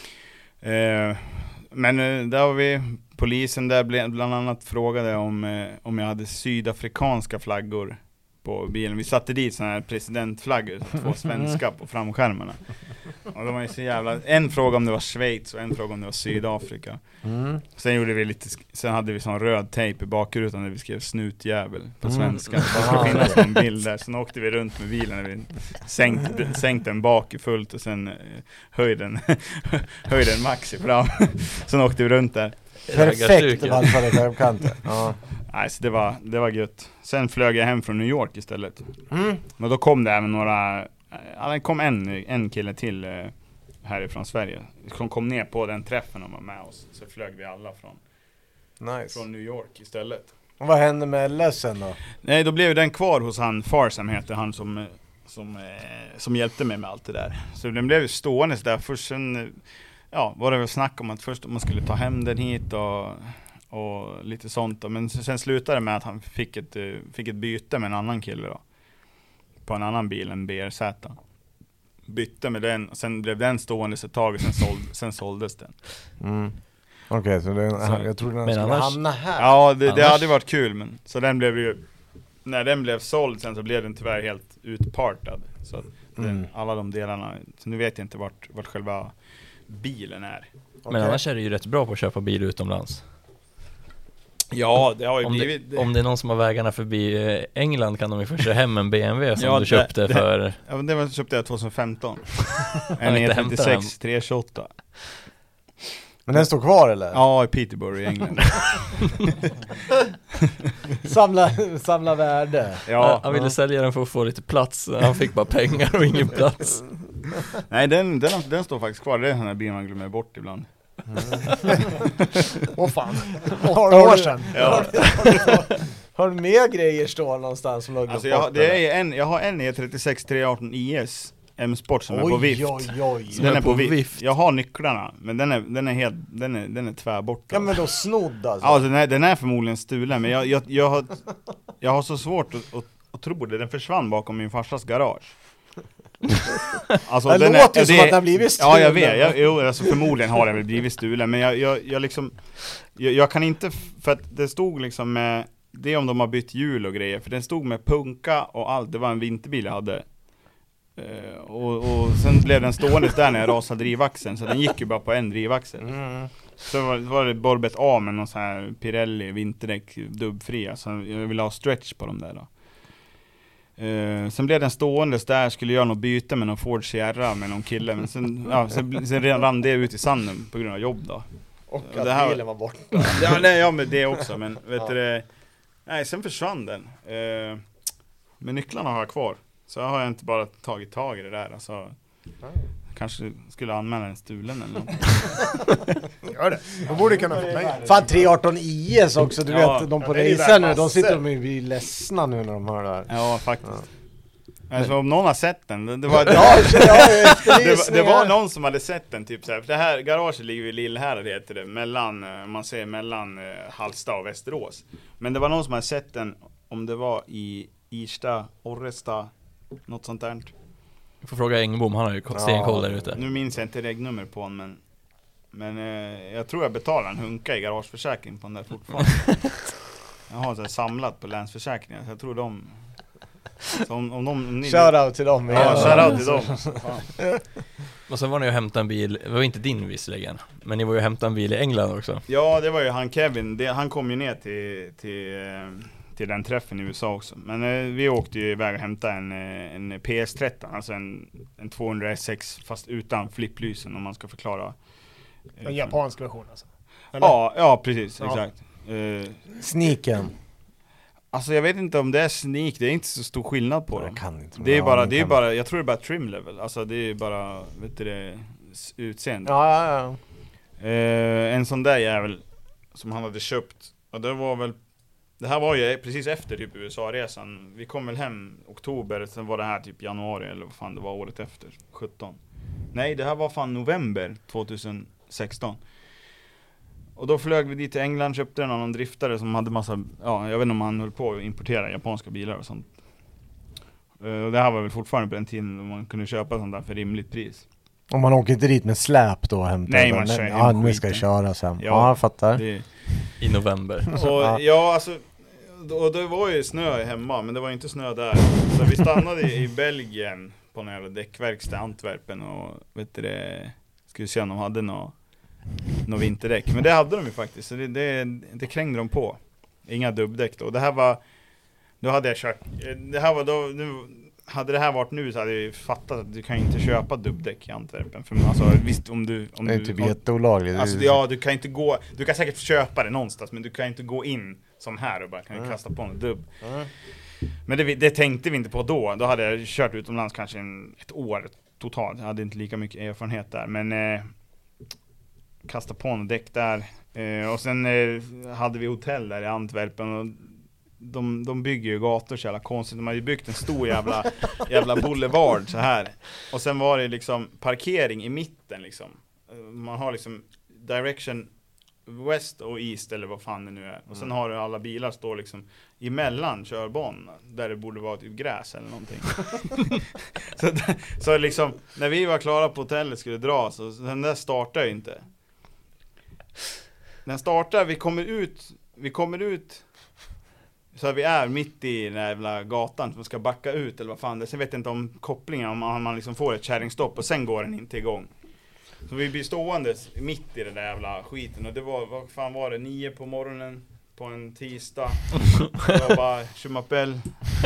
Men där har vi polisen där bland annat frågade om jag hade sydafrikanska flaggor på bilen. Vi satte dit såna här presidentflaggor, 2 svenska på framskärmarna. Och de var ju så jävla... En fråga om det var Schweiz och en fråga om det var Sydafrika. Sen gjorde vi sen hade vi sån röd tejp i bakrutan där vi skrev snutjävel på svenska. Det ska finnas någon bild där. Sen åkte vi runt med bilen när vi sänkte den bak i fullt och sen höjde den max i fram. Sen åkte vi runt där. Perfekt valsade skärmkanten. Ja. Nej, så det var gött. Sen flög jag hem från New York istället. Men då kom det även några... det kom en kille till härifrån Sverige. Som kom ner på den träffen och var med oss. Så flög vi alla från New York istället. Och vad hände med LS sen då? Nej, då blev den kvar hos han Farsam heter han som hjälpte mig med allt det där. Så den blev stående där. Först sen var det väl snack om att först man skulle ta hem den hit och lite sånt då. Men sen slutade det med att han fick ett byte med en annan kille då. På en annan bil, en BRZ. Bytte med den och sen blev den stående ett tag och sen såldes den. Okej, så jag trodde den skulle hamna här. Ja, det hade varit kul, men så den blev ju, när den blev såld sen så blev den tyvärr helt utpartad. Så alla de delarna, så nu vet jag inte vart själva bilen är. Men annars är det ju rätt bra på att köpa bil utomlands. Ja, det har ju blivit... Om det är någon som har vägarna förbi England kan de ju först hem en BMW som du köpte för... Ja, det köpte jag 2015. En E36 328. Men den står kvar eller? Ja, i Peterborough i England. Samla värde. Ja, han ville sälja den för att få lite plats. Han fick bara pengar och ingen plats. Nej, den står faktiskt kvar. Det är den här bilen man glömmer bort ibland. Åh fan, 8 år sedan. Ja. Har du mer grejer stå någonstans som alltså jag har en E36 318 IS M-sport som är på vift. Den är på vift. Jag har nycklarna, men den är tvärborta. Ja, men då snodd alltså. Ja, den är förmodligen stulen, men jag har så svårt att tro det. Den försvann bakom min farsas garage. Alltså, det låter ju som att den har blivit stulen. Ja, jag vet. Alltså, förmodligen har den väl blivit stulen. Men jag kan inte... För att det stod liksom med... Det är om de har bytt hjul och grejer. För den stod med punka och allt. Det var en vinterbil jag hade. Och sen blev den stående där när jag rasade drivaxeln. Så den gick ju bara på en drivaxel. Så var det Borbet A med någon sån här Pirelli vinterdäck dubbfria. Så jag ville ha stretch på dem där då. Sen blev den stående där, skulle göra något byte med någon Ford Sierra med någon kille, men sen rann det ut i sanden på grund av jobb då. Och att bilen var borta. Ja, men det också, men vet du, nej, sen försvann den. Men nycklarna har jag kvar. Så jag har inte bara tagit tag i det där, alltså. Kanske skulle anmäla en stulen eller något. Gör det. De borde kunna få pengar. Fan, 318 IS också, du vet, de på racen nu, de sitter och blir ledsna nu när de hör det här. Ja, faktiskt. Alltså, om någon har sett den, det var någon som hade sett den typ så här. För det här garaget ligger i Lillhärad heter det, mellan Hallsta och Västerås. Men det var någon som hade sett den, om det var i Irsta, Orresta, något sånt där. Jag får fråga Engbom, han har ju stenkoll där ute. Nu minns jag inte regnummer på den, men jag tror jag betalar en hunka i garageförsäkring på den där fortfarande. Jag har så här samlat på Länsförsäkringar, så jag tror de... Shoutout till dem. Ja, shoutout till dem. Och sen var ni och hämtade en bil, det var inte din visserligen, men ni var ju och hämtade en bil i England också. Ja, det var ju han Kevin, han kom ju ner till den träffen i USA också. Men vi åkte ju iväg och hämtade en PS13, alltså en 200 S6 fast utan flipplysen, om man ska förklara. En japansk version alltså. Eller? Ja, precis, Ja. exakt. Sneaken. Alltså jag vet inte om det är sneak, det är inte så stor skillnad på dem. Jag kan inte. Det är bara, jag tror det är bara trim level. Alltså det är bara, vet du det, utseende. Ja. En sån där jävel som han hade köpt. Och det här var ju precis efter typ USA-resan. Vi kom väl hem oktober, sen var det här typ januari eller vad fan det var året efter, 17. Nej, det här var fan november 2016. Och då flög vi dit till England, köpte någon driftare som hade massa, ja, jag vet inte om han höll på att importera japanska bilar och sånt. Och det här var väl fortfarande på den tiden då man kunde köpa sånt där för rimligt pris. Om man åker inte dit med släp då och hämtar. Nej, man kör hem ja, nu skiten. ska jag köra sen. Ja, Ja, jag fattar. I november. Och ja, alltså, och det var ju snö hemma, men det var inte snö där. Så vi stannade i Belgien på en jävla däckverkstad i Antwerpen och vet du det, skulle se om de hade något vinterdäck. Men det hade de ju faktiskt, så det krängde de på. Inga dubbdäck då. Det här var, då hade jag kört, det här var då, nu, hade det här varit nu så hade jag ju fattat att du kan inte köpa dubbdäck i Antwerpen. För alltså visst om du... Det är typ jätteolagligt. Alltså ja, du kan inte gå, du kan säkert köpa det någonstans, men du kan inte gå in som här och bara kan kasta på en dubb. Men det tänkte vi inte på då. Då hade jag kört utomlands kanske ett år totalt. Jag hade inte lika mycket erfarenhet där, men kasta på en däck där. Och sen hade vi hotell där i Antwerpen och de bygger ju gator så jävla konstigt. De har ju byggt en stor jävla boulevard så här. Och sen var det liksom parkering i mitten liksom. Man har liksom direction west och east eller vad fan det nu är. Och sen har du alla bilar står liksom emellan körbanorna där det borde vara typ gräs eller någonting. så liksom när vi var klara på hotellet skulle dra så den där startar ju inte. Den startar, vi kommer ut så vi är mitt i den här jävla gatan som ska backa ut eller vad fan det är. Sen vet jag inte om kopplingen, om man liksom får ett kärringstopp och sen går den inte igång. Så vi blir stående mitt i den där jävla skiten. Och det var, vad fan var det, 9 på morgonen på en tisdag. Det var bara Schumapel.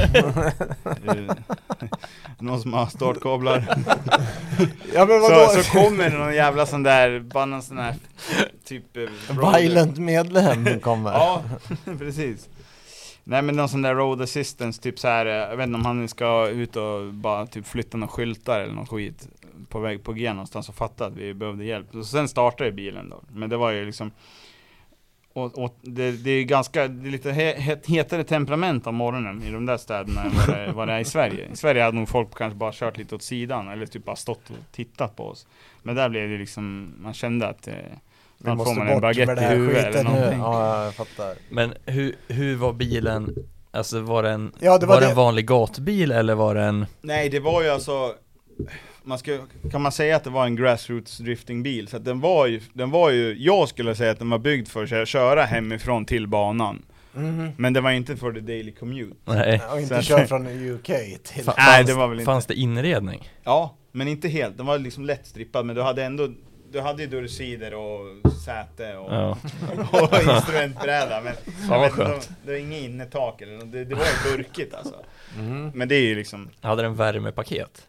Någon som har startkablar. Ja, men vadå? Så kommer det någon jävla sån där, bara någon sån här typ Violent medlem kommer. Ja, precis. Nej, men någon sån där road assistance typ så här, jag vet inte om han ska ut och bara typ flytta några skyltar eller något skit på väg på G någonstans och fatta att vi behövde hjälp. Och sen startade bilen då. Men det var ju liksom och det är ganska, det är lite hetare temperament om morgonen i de där städerna än vad det är i Sverige. I Sverige hade nog folk kanske bara kört lite åt sidan eller typ bara stått och tittat på oss. Men där blev det liksom, man kände att man får man en baguette i huvudet eller någonting. Ja, jag fattar. Men hur var bilen? Alltså var det en, Ja, var det en vanlig gatbil eller var det en... Nej, det var ju alltså kan man säga att det var en grassroots driftingbil, så att den var ju jag skulle säga att den var byggd för att köra hemifrån till banan. Men det var inte för the daily commute. Nej. Och inte köra från UK till... Nej, det var väl inte. Fanns det inredning? Ja, men inte helt. Den var liksom lätt strippad, men du hade ju dörrsider och säte och, och instrumentbräda, men jag vet inte, det var inget innetak eller något. Det var ju burkigt alltså. Men det är ju liksom... Hade den värmepaket?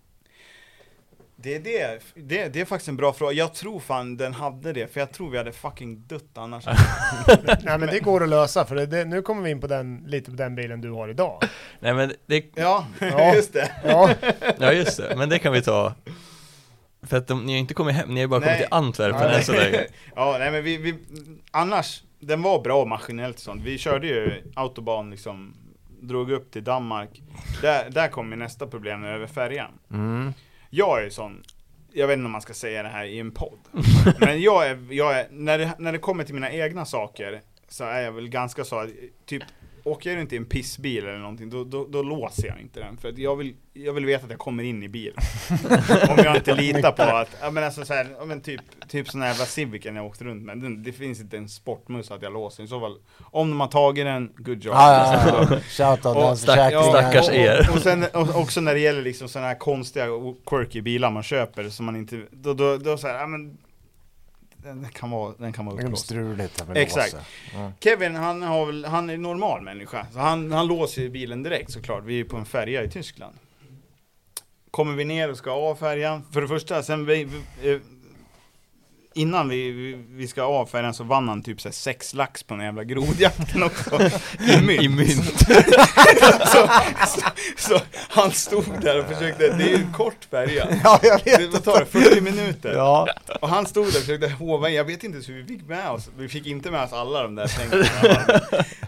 Det är faktiskt en bra fråga. Jag tror fan den hade det, för jag tror vi hade fucking dött annars. Nej, men det går att lösa, för nu kommer vi in på lite på den bilen du har idag. Nej, men det... Ja, just det. Ja, just det. Men det kan vi ta. För att ni har inte kommit hem, ni har bara kommit till Antwerpen än så länge. Ja, nej, men vi annars, den var bra maskinellt sånt. Vi körde ju autobahn liksom, drog upp till Danmark. Där kom ju nästa problem över färjan. Jag är sån, jag vet inte om man ska säga det här i en podd, men jag är när det kommer till mina egna saker så är jag väl ganska så typ åker jag inte i en pissbil eller någonting, då låser jag inte den. För att jag vill veta att jag kommer in i bilen. Om jag inte litar på att, ja men alltså så här, ja men typ sån här jävla Civicen jag åkte runt med. Det finns inte en sportmus att jag låser. I så fall, om de har tagit den, good job. Shoutout, stackars er. Och sen också när det gäller liksom såna här konstiga quirky bilar man köper som man inte, då så här, ja men den kan vara upplåst. Exakt. Ja. Kevin, han är normal människa. Så han låser bilen direkt såklart. Vi är på en färja i Tyskland. Kommer vi ner och ska av färjan. För det första, sen innan vi ska av färjan så vann han typ så här 6 lax på den jävla grodjakten också. I mynt. så han stod där och försökte, det är ju en kort färja. Ja, jag vet. Det tar 40 minuter. Ja. Och han stod där och försökte hova in. Jag vet inte hur vi fick med oss. Vi fick inte med oss alla de där pengarna.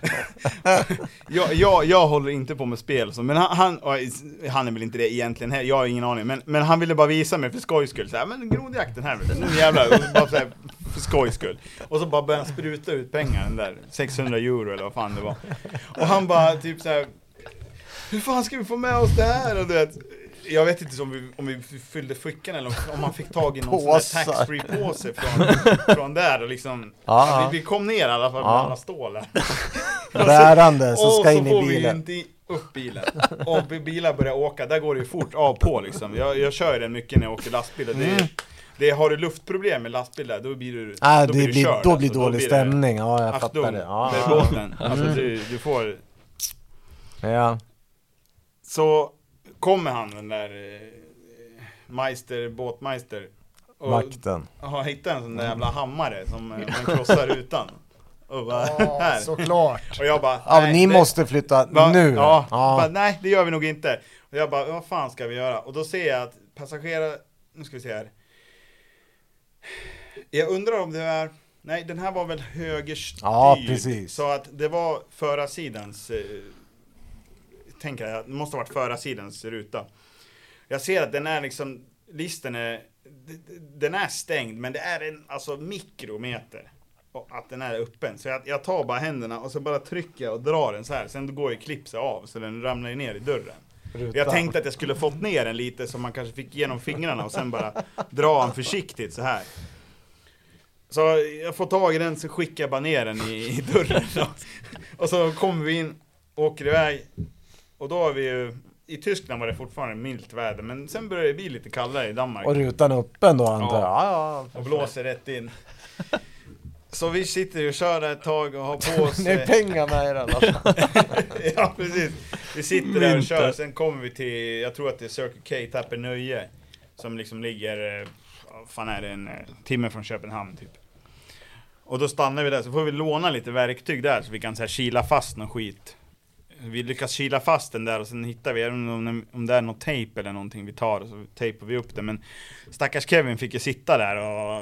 jag håller inte på med spel. Men han är väl inte det egentligen här. Jag har ingen aning. Men han ville bara visa mig för skojs skull. Så här, men grodjakten här. Nu jävlar. Bara så här, för skojs skull. Och så bara började han spruta ut pengar. Den där 600 euro eller vad fan det var. Och han bara typ så här, hur fan ska vi få med oss det här? Och det, jag vet inte om vi fyllde fickan eller om man fick tag i någon sån där tax-free påse från där och liksom vi kom ner i alla fall med alla stålar. Bärande så ska in i bilen. Och så får vi inte upp bilen. Och bilar börjar åka, där går det ju fort av på liksom. Jag kör den mycket när jag åker lastbil. Det har du luftproblem med lastbilar, då blir du körd. Då blir dålig stämning. Ja, jag fattar det. Med båten. Alltså du får. Ja. Så kommer han den där båtmeister och vakten. har hittat en sån där jävla hammare som man krossar utan. Och bara, här. Såklart. Och jag bara, nej, ni måste flytta nu. Bara, nej, det gör vi nog inte. Och jag bara, vad fan ska vi göra? Och då ser jag att nu ska vi se här. Jag undrar om det är, nej, den här var väl högerstyrd. Ja, precis. Så att det var förarsidans tänker jag, det måste ha varit förarsidans ruta. Jag ser att den är liksom, den är stängd, men det är en alltså mikrometer att den är öppen. Så jag tar bara händerna och så bara trycker jag och drar den så här. Sen går ju klipset av så den ramlar ner i dörren. Ruta. Jag tänkte att jag skulle fått ner den lite så man kanske fick igenom fingrarna och sen bara dra den försiktigt så här. Så jag får tag i den så skickar jag bara ner den i dörren. Och så kommer vi in, åker iväg. Och då har vi ju, i Tyskland var det fortfarande milt väder, men sen börjar det bli lite kallare i Danmark. Och rutan öppen då antar jag. Ja, och blåser rätt in. Så vi sitter och kör där ett tag och har på oss. Det är pengar med er alla fall. Ja, precis. Vi sitter där och kör, sen kommer vi till, jag tror att det är Circle K Tappernöje, som liksom ligger, fan är det, en timme från Köpenhamn typ. Och då stannar vi där, så får vi låna lite verktyg där så vi kan så här kila fast någon skit. Vi lyckas kila fast den där och sen hittar vi om det är något tejp eller någonting vi tar och så tejpar vi upp det. Men stackars Kevin fick ju sitta där och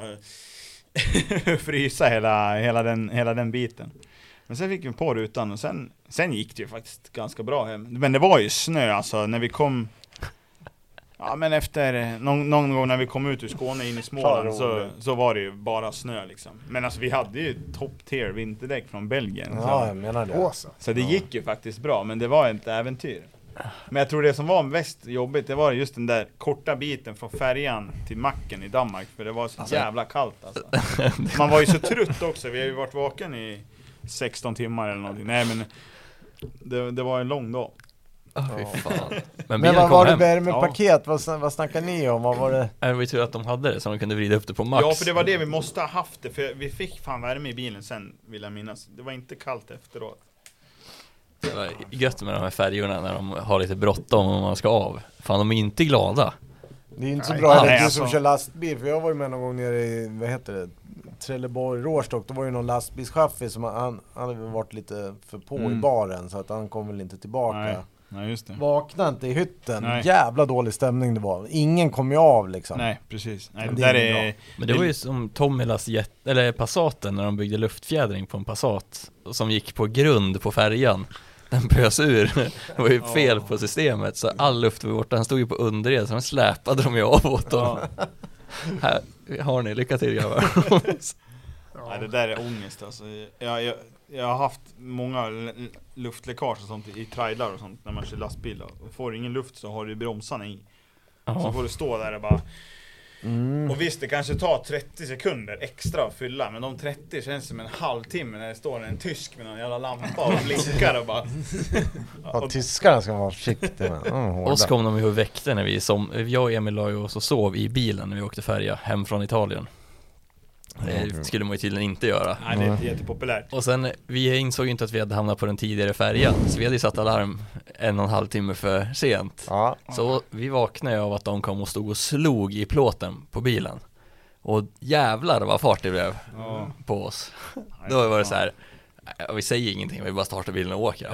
frysa hela den biten. Men sen fick vi på rutan och sen gick det ju faktiskt ganska bra hem. Men det var ju snö alltså när vi kom. Ja, men efter någon gång när vi kom ut ur Skåne in i Småland så var det ju bara snö liksom. Men alltså vi hade ju top tier vinterdäck från Belgien. Ja, jag menar det. Så det gick ju faktiskt bra, men det var ett äventyr. Men jag tror det som var mest jobbigt, det var just den där korta biten från färjan till macken i Danmark. För det var så jävla kallt alltså. Man var ju så trött också, vi har ju varit vaken i 16 timmar eller någonting. Nej men det var en lång dag. Fy fan. Men vad var det med paket? Vad snackar ni om? Vad var det? Det var ju tur att de hade det så de kunde vrida upp det på max. Ja, för det var det vi måste ha haft det. För vi fick fan värme i bilen sen, vill jag minnas. Det var inte kallt efteråt. Det var gött med de här färjorna när de har lite bråttom om man ska av. Fan, de är inte glada. Det är inte så bra att du som kör lastbil. För jag var ju med någon gång nere i, vad heter det? Trelleborg, Råstock. Då var ju någon lastbilschaufför som han hade varit lite för på i baren. Så att han kom väl inte tillbaka. Nej, just det. Vaknade inte i hytten. Jävla dålig stämning det var. Ingen kom ju av liksom. Nej, precis. Nej, men det var ju som Tomilas Passaten när de byggde luftfjädring på en Passat som gick på grund på färjan. Den pös ur. Det var ju fel på systemet så all luft var borta. Den stod ju på underred så de släpade de ju av åt dem. Här har ni, lycka till grabbar. Nej, det där är ångest alltså. Jag har haft många luftläckage och sånt i trailrar och sånt när man kör lastbil. Och får du ingen luft så har du bromsarna i. Så får du stå där och bara... Och visst, det kanske tar 30 sekunder extra att fylla, men de 30 känns som en halvtimme när det står en tysk med någon jävla lampa och blinkar och bara... Ja, tyskarna ska vara försiktiga med. Oss kom de ju och väckte när jag och Emil la ju oss och sov i bilen när vi åkte färja hem från Italien. Det skulle man ju tydligen inte göra. Nej, det är inte jättepopulärt. Och sen, vi insåg ju inte att vi hade hamnat på den tidigare färjan, så vi hade ju satt alarm 1,5 timme för sent. Så vi vaknade av att de kom och stod och slog i plåten på bilen. Och jävlar vad fart det blev på oss. Då var det så här: vi säger ingenting, vi bara startar bilen och åker.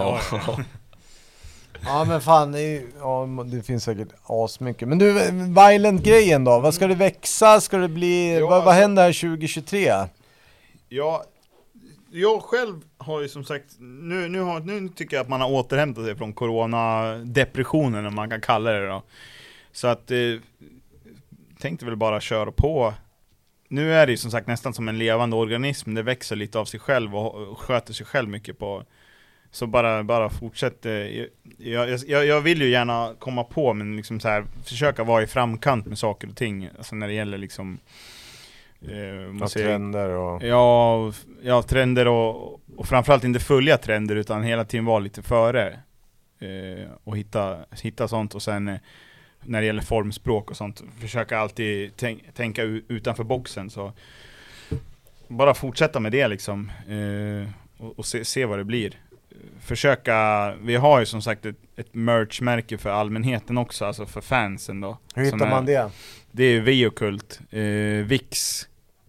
Ja men fan, det finns säkert asmycket. Men du, Violent-grejen då, vad ska det växa? Ska det bli, vad händer här 2023? Ja, jag själv har ju som sagt, nu tycker jag att man har återhämtat sig från corona-depressionen, om man kan kalla det då. Så att, tänkte väl bara köra på. Nu är det ju som sagt nästan som en levande organism, det växer lite av sig själv och sköter sig själv mycket på. Så bara fortsätt. Jag vill ju gärna komma på, men liksom så här, försöka vara i framkant med saker och ting. Alltså när det gäller liksom trender och... Ja, trender och framförallt inte följa trender, utan hela tiden vara lite före. Och hitta sånt. Och sen när det gäller formspråk och sånt, försöka alltid tänka utanför boxen. Så bara fortsätta med det liksom. Och se vad det blir. Försöka, vi har ju som sagt ett merch-märke för allmänheten också, alltså för fansen då. Hur hittar man det? Det är Viokult, Vix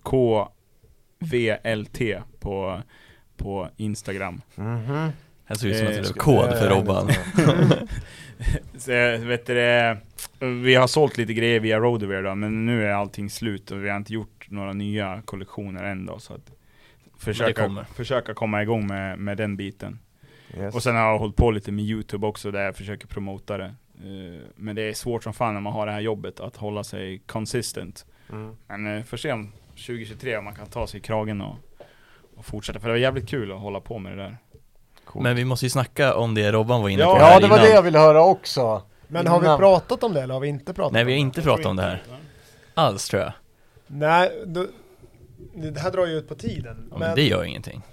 KVLT på Instagram. Det ser ut som att det är kod för Robban. Så, vet du, vi har sålt lite grejer via Roadwear då, men nu är allting slut och vi har inte gjort några nya kollektioner än då, så att försöka komma igång med den biten. Yes. Och sen har jag hållit på lite med YouTube också, där jag försöker promota det. Men det är svårt som fan när man har det här jobbet att hålla sig consistent. Men får se om 2023 om man kan ta sig i kragen och fortsätta. För det var jävligt kul att hålla på med det där. Cool. Men vi måste ju snacka om det Robban var inne på här här det var innan. det jag ville höra också. Men har vi pratat om det eller har vi inte pratat om det? Nej, vi har inte pratat om det här. Alls tror jag. Nej, det här drar ju ut på tiden. Ja, men det gör ingenting.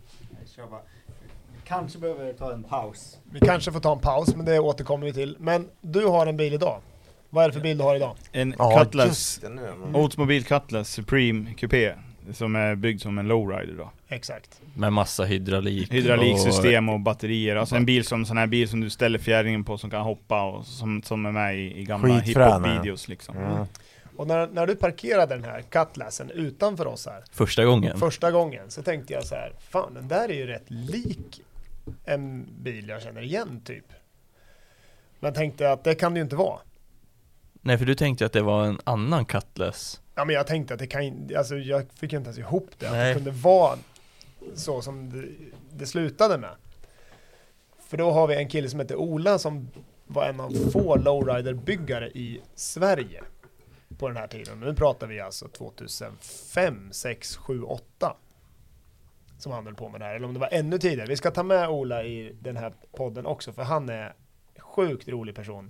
Kanske behöver ta en paus. Vi kanske får ta en paus, men det återkommer vi till. Men du har en bil idag. Vad är det för bil du har idag? En Cutlass, Oldsmobile Cutlass Supreme Coupé, som är byggd som en lowrider då. Exakt. Med massa hydrauliksystem och batterier. Alltså en bil sån här bil som du ställer fjädringen på, som kan hoppa och som är med i gamla hiphop-videos liksom. Och när du parkerade den här Cutlassen utanför oss här första gången så tänkte jag så här: fan, den där är ju rätt lik en bil jag känner igen typ. Men tänkte att det kan det ju inte vara. Nej, för du tänkte att det var en annan Cutlass. Ja, men jag tänkte att det kan, alltså jag fick inte ens ihop det. Att det kunde vara så som det slutade med. För då har vi en kille som heter Ola som var en av få lowrider-byggare i Sverige på den här tiden. Nu pratar vi alltså 2005, 6, 7, 8 som han höll på med det här. Eller om det var ännu tidigare. Vi ska ta med Ola i den här podden också, för han är en sjukt rolig person.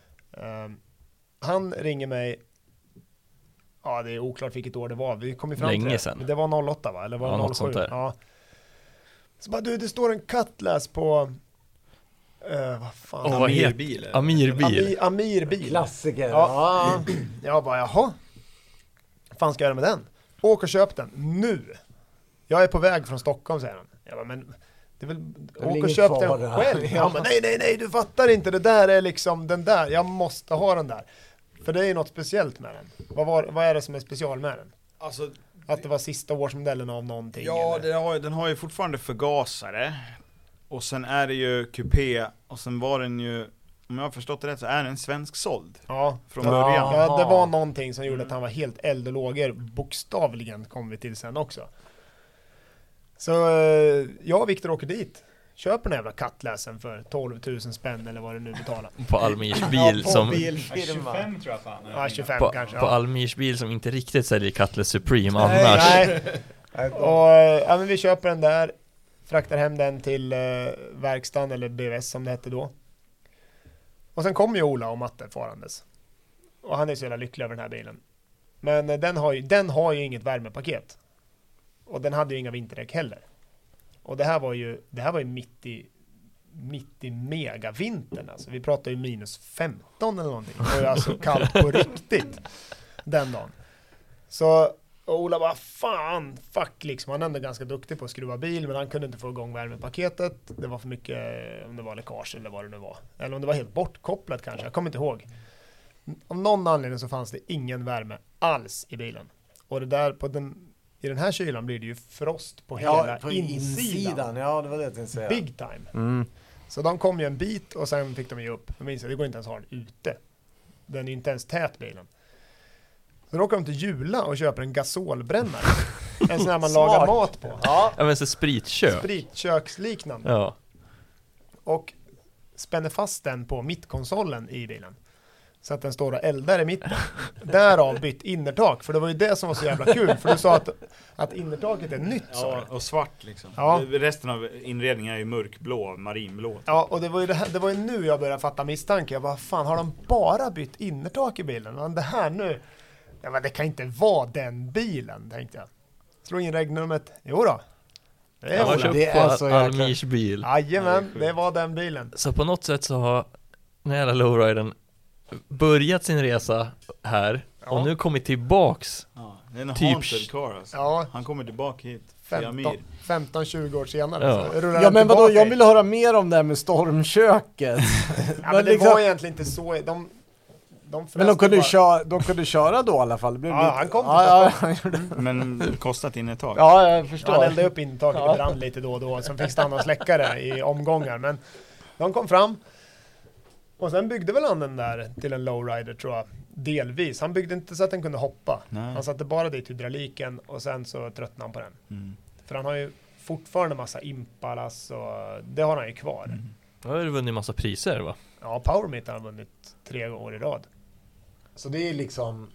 Han ringer mig. Ja, det är oklart vilket år det var. Vi kom ju fram länge till sedan. Det var 08 va? Eller var det 07? Ja. Så bara, det står en Cutlass på vad fan? Amirbil. Amirbil. Klassiker. Ja. Jag bara, jaha. Vad fan ska jag göra med den? Åk och köp den nu. Jag är på väg från Stockholm, säger han. Jag bara, men det är väl, åk och köp den själv. Ja, men nej, du fattar inte. Det där är liksom den där. Jag måste ha den där. För det är ju något speciellt med den. Vad är det som är special med den? Alltså, att det var sista årsmodellen av någonting? Ja, den har ju fortfarande förgasare. Och sen är det ju kupé. Och sen var den ju, om jag har förstått det rätt, så är den svensk såld. Ja, från början. Ja, det var någonting som gjorde att han var helt eld och lågor. Bokstavligen kom vi till sen också. Så jag och Viktor åker dit. Köper den jävla Cutlassen för 12 000 spänn eller vad det nu betalar. På Almirs bil som... 25 tror jag fan. Ja, 25 kanske. På Almirs bil som inte riktigt säljer Cutlass Supreme annars. Nej. Men vi köper den där, fraktar hem den till verkstaden eller BVS som det hette då. Och sen kom ju Ola och Matte farandes. Och han är så jävla lycklig över den här bilen. Men den har ju inget värmepaket. Och den hade ju inga vinterdäck heller. Och det här var ju mitt i megavintern. Alltså. Vi pratar ju minus 15 eller någonting. Det var ju alltså kallt på riktigt den dagen. Så Ola bara, fuck liksom. Han är ändå ganska duktig på att skruva bil, men han kunde inte få igång värmepaketet. Det var för mycket, om det var läckage eller vad det nu var. Eller om det var helt bortkopplat kanske, jag kommer inte ihåg. Av någon anledning så fanns det ingen värme alls i bilen. Och det där i den här kylan blir det ju frost på hela insidan. Ja, det var det jag tänkte säga. Big time. Så de kom ju en bit och sen fick de ju upp. Jag minns att det går inte ens att ha den ute. Den är inte ens tät bilen. Så då åker de till Jula och köper en gasolbrännare. En sån här man lagar mat på. Ja, men så spritkök. Spritköksliknande. Ja. Och spänner fast den på mittkonsolen i bilen. Så att den står och eldar i mitten. Därav bytt innertak. För det var ju det som var så jävla kul. För du sa att innertaket är nytt. Ja, och svart liksom. Ja. Resten av inredningen är ju mörkblå, marinblå. Ja, och det var ju nu jag började fatta misstanke. Jag bara, fan, har de bara bytt innertak i bilen? Men det här nu... Ja, men det kan inte vara den bilen, tänkte jag. Slå in regnumret. Jo då. Det är så Almirs bil. Jajamän, det var den bilen. Så på något sätt så har den jävla lowridern börjat sin resa här och nu kommit tillbaks. Ja, det är en haunted car alltså. Ja. Han kommer tillbaka hit. 15-20 år senare. Ja, ja men vadå, jag vill höra mer om det här med stormköket. Ja, men det liksom... var egentligen inte så. Men de kunde köra då i alla fall. Han kom Men kostat innertag. Ja, jag förstår. Han eldade upp intaget i brand lite då och då. Sen fick stanna och släcka det i omgångar. Men de kom fram. Och sen byggde väl han den där till en lowrider, tror jag. Delvis. Han byggde inte så att den kunde hoppa. Nej. Han satte bara dit hydrauliken och sen så tröttnade han på den. För han har ju fortfarande massa Impalas och det har han ju kvar. Han har ju vunnit massa priser, va? Ja, PowerMeet har vunnit 3 år i rad. Så det är liksom...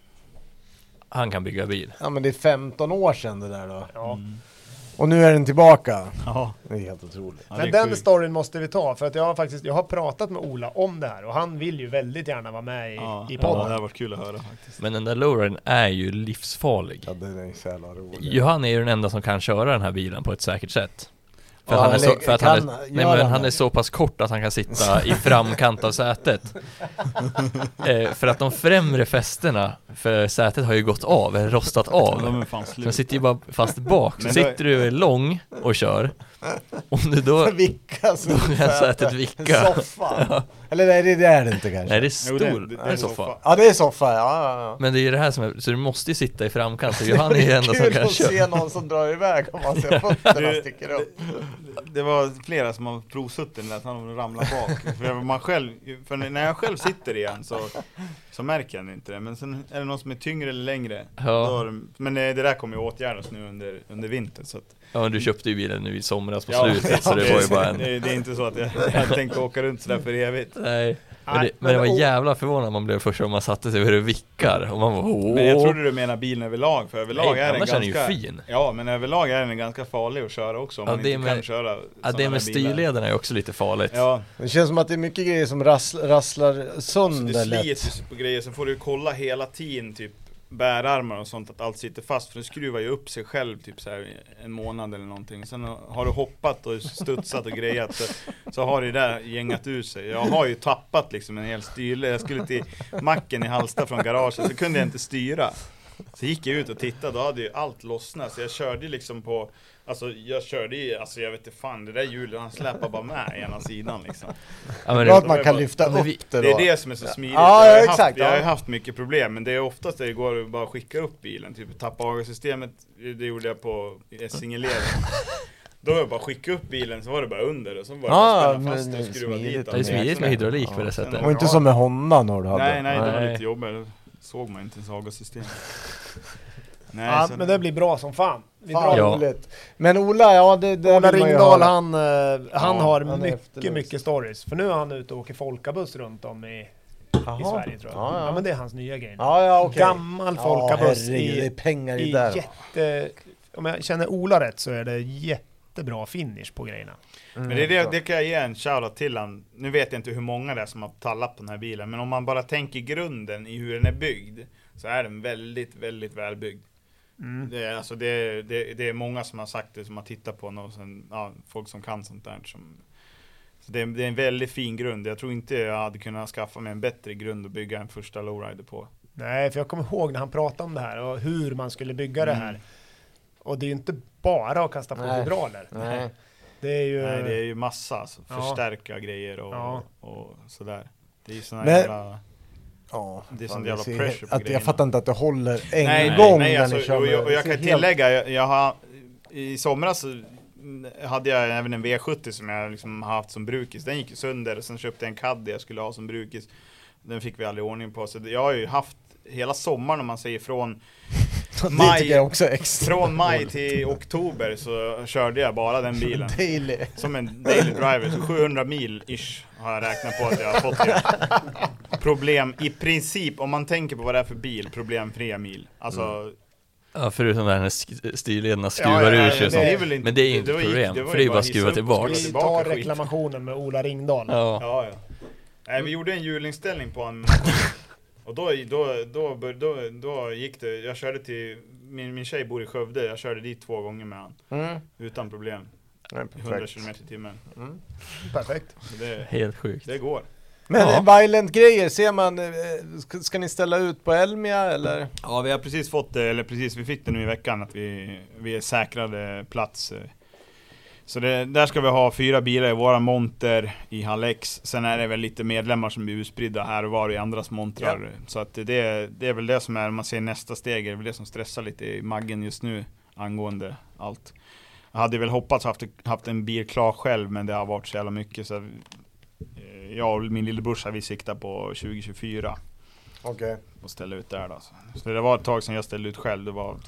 Han kan bygga bil. Ja, men det är 15 år sedan det där då. Ja. Och nu är den tillbaka. Ja. Det är helt otroligt. Ja, men den storyn måste vi ta. För att jag har pratat med Ola om det här. Och han vill ju väldigt gärna vara med i podden. Ja, det har varit kul att höra faktiskt. Men den där lowridern är ju livsfarlig. Ja, den är så jävla rolig. Johan är ju den enda som kan köra den här bilen på ett säkert sätt. För att han är så pass kort att han kan sitta i framkant av sätet. För att de främre fästena för sätet har ju gått av, eller rostat av. De är fan slut. Så sitter ju bara fast bak. Så sitter du lång och kör. Om du då är sätet vicka. Soffa. Ja. Eller nej, det är det inte kanske. Nej, det är stor. Det är soffa. Ja, det är soffa. Ja. Men det är ju det här som är, så du måste ju sitta i framkant. Så Johan är ju enda som kan köra. Det är kul att se någon som drar iväg och man ser fötterna sticker upp. Det var flera som har provsuttit när han ramlar bak. För när jag själv sitter igen så märker jag inte det. Men sen är det någon som är tyngre eller längre. Ja. Men det där kommer ju åtgärdas nu under vintern. Så att, ja, men du köpte ju bilen nu i somras på slutet. Så det var ju bara det är inte så att jag tänkte åka runt sådär för evigt. Nej. Men det var jävla förvånad man blev först om man satte sig hur det vickar. Och man var, åh. Men jag trodde du menar bilen överlag. För överlag är den ganska... är ju fin. Ja, men överlag är den ganska farlig att köra också. Om man inte kan köra. Ja, det med styrlederna är också lite farligt. Ja. Det känns som att det är mycket grejer som rasslar sönder lätt. Det sliter på grejer, så får du kolla hela tiden typ bärarmar och sånt, att allt sitter fast, för det skruvar ju upp sig själv typ så här en månad eller någonting. Sen har du hoppat och studsat och grejat så har det där gängat ur sig. Jag har ju tappat liksom en hel styrled. Jag skulle till macken i Halsta från garaget, så kunde jag inte styra. Så gick jag ut och tittade, då hade ju allt lossnat. Så jag körde liksom på, jag vet inte fan, det där hjulet, han släpar bara med ena sidan liksom. Ja, men att man kan lyfta upp det då. Det är det som är så smidigt. Ja, jag har haft mycket problem, men det är oftast det går bara att skicka upp bilen. Typ tappa AG-systemet, det gjorde jag på Essingeleden. Då var jag bara skicka upp bilen, så var det bara under och så var det bara spänna fast och skruva dit. Det är smidigt med hydraulik på det sättet. Och inte som med Honda när du hade. Nej, det var lite jobbigt. Såg man inte ens AG-system. Nej, ja, men det blir bra som fan. Roligt. Men Ola, Ola Ringdahl, han har mycket stories. För nu är han ute och åker folkabuss runt om i Sverige, tror jag. Ja, men det är hans nya grej. Okay. Gammal folkabuss det är pengar i jätte om jag känner Ola rätt så är det jättebra finish på grejerna. Men det kan jag ge en shoutout till han. Nu vet jag inte hur många det är som har tallat på den här bilen, men om man bara tänker grunden i hur den är byggd så är den väldigt, väldigt välbyggd. Det är många som har sagt det, som har tittat på den och sen, folk som kan sånt där så det är en väldigt fin grund. Jag tror inte jag hade kunnat skaffa mig en bättre grund att bygga en första lowrider på. Nej, för jag kommer ihåg när han pratade om det här och hur man skulle bygga det här. Och det är ju inte bara att kasta på hydrauler. Nej. Det är ju massa, alltså, förstärka grejer och sådär. Det är ju såna jävla... Ja, det är sån jävla pressure på grejerna. Jag fattar inte att det håller en gång. Nej, alltså, och jag kan tillägga, jag har i somras hade jag även en V70 som jag liksom haft som brukis. Den gick ju sönder och sen köpte jag en Caddy jag skulle ha som brukis. Den fick vi aldrig ordning på. Så jag har ju haft hela sommaren, om man säger från maj till oktober, så körde jag bara den bilen. Daily. Som en daily driver. Så 700 mil ish har jag räknat på att jag har fått det. Problem i princip, om man tänker på vad det är för bil, problemfria mil. Alltså... Ja, förutom när styrlederna skruvar ur sig och sånt. Men det är ju inte problem, för det är ju bara att skruva tillbaka. Vi tar reklamationen med Ola Ringdahl. Ja. Nej, vi gjorde en hjulinställning på en... Och då gick det... Jag körde till... Min tjej bor i Skövde. Jag körde dit 2 gånger med han. Utan problem. 100 km i timmen. Perfekt. Helt sjukt. Det går. Men Violent-grejer, ser man, ska ni ställa ut på Elmia eller? Ja, vi har precis fått det, eller precis, vi fick det nu i veckan att vi är säkrade plats. Så där ska vi ha 4 bilar i våra monter i Hall X. Sen är det väl lite medlemmar som blir utspridda här och var i andras montrar. Ja. Så att det är väl det som är, man ser nästa steg, det är väl det som stressar lite i maggen just nu angående allt. Jag hade väl hoppats haft en bil klar själv, men det har varit så jävla mycket så jag och min lillebrorsa, vi siktar på 2024. Okej. Och ställa ut där då. Så det var ett tag sedan jag ställde ut själv. Det var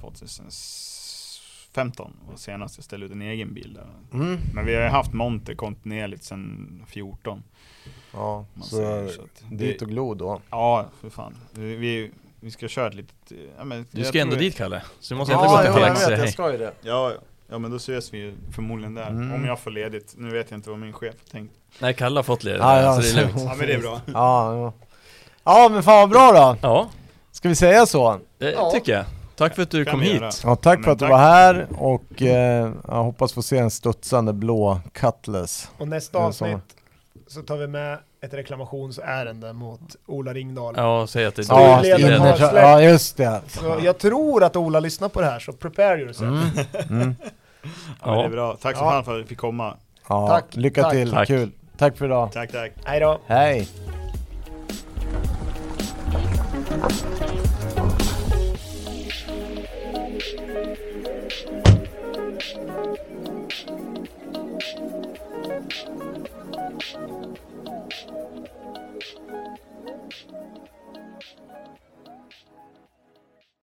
2015 och senast jag ställde ut en egen bil där. Men vi har haft monter kontinuerligt sedan 14. Ja, så dit och glo då. Ja, för fan. Vi ska köra ett litet... du ska ändå dit, Kalle. Så du måste ändå gå till Palex. Jag ska ju det. Ja, men då ses vi förmodligen där. Om jag får ledigt. Nu vet jag inte vad min chef har tänkt. Nej, Kalle har fått ledigt. Så det är lugnt. Ja, men det är bra. Ja, men fan vad bra då. Ja. Ska vi säga så? Det tycker jag. Tack för att du kom hit. Ja, tack för att du var här. Och jag hoppas få se en studsande blå Cutlass. Och nästa avsnitt så tar vi med ett reklamationsärende mot Ola Ringdahl. Ja, säg att det är ja, just det. Så jag tror att Ola lyssnar på det här, så prepare yourself. Ja, det är bra. Tack så mycket för att vi fick komma. Ja, tack. Lycka till. Tack. Kul. Tack för idag. Tack. Hej då. Hej.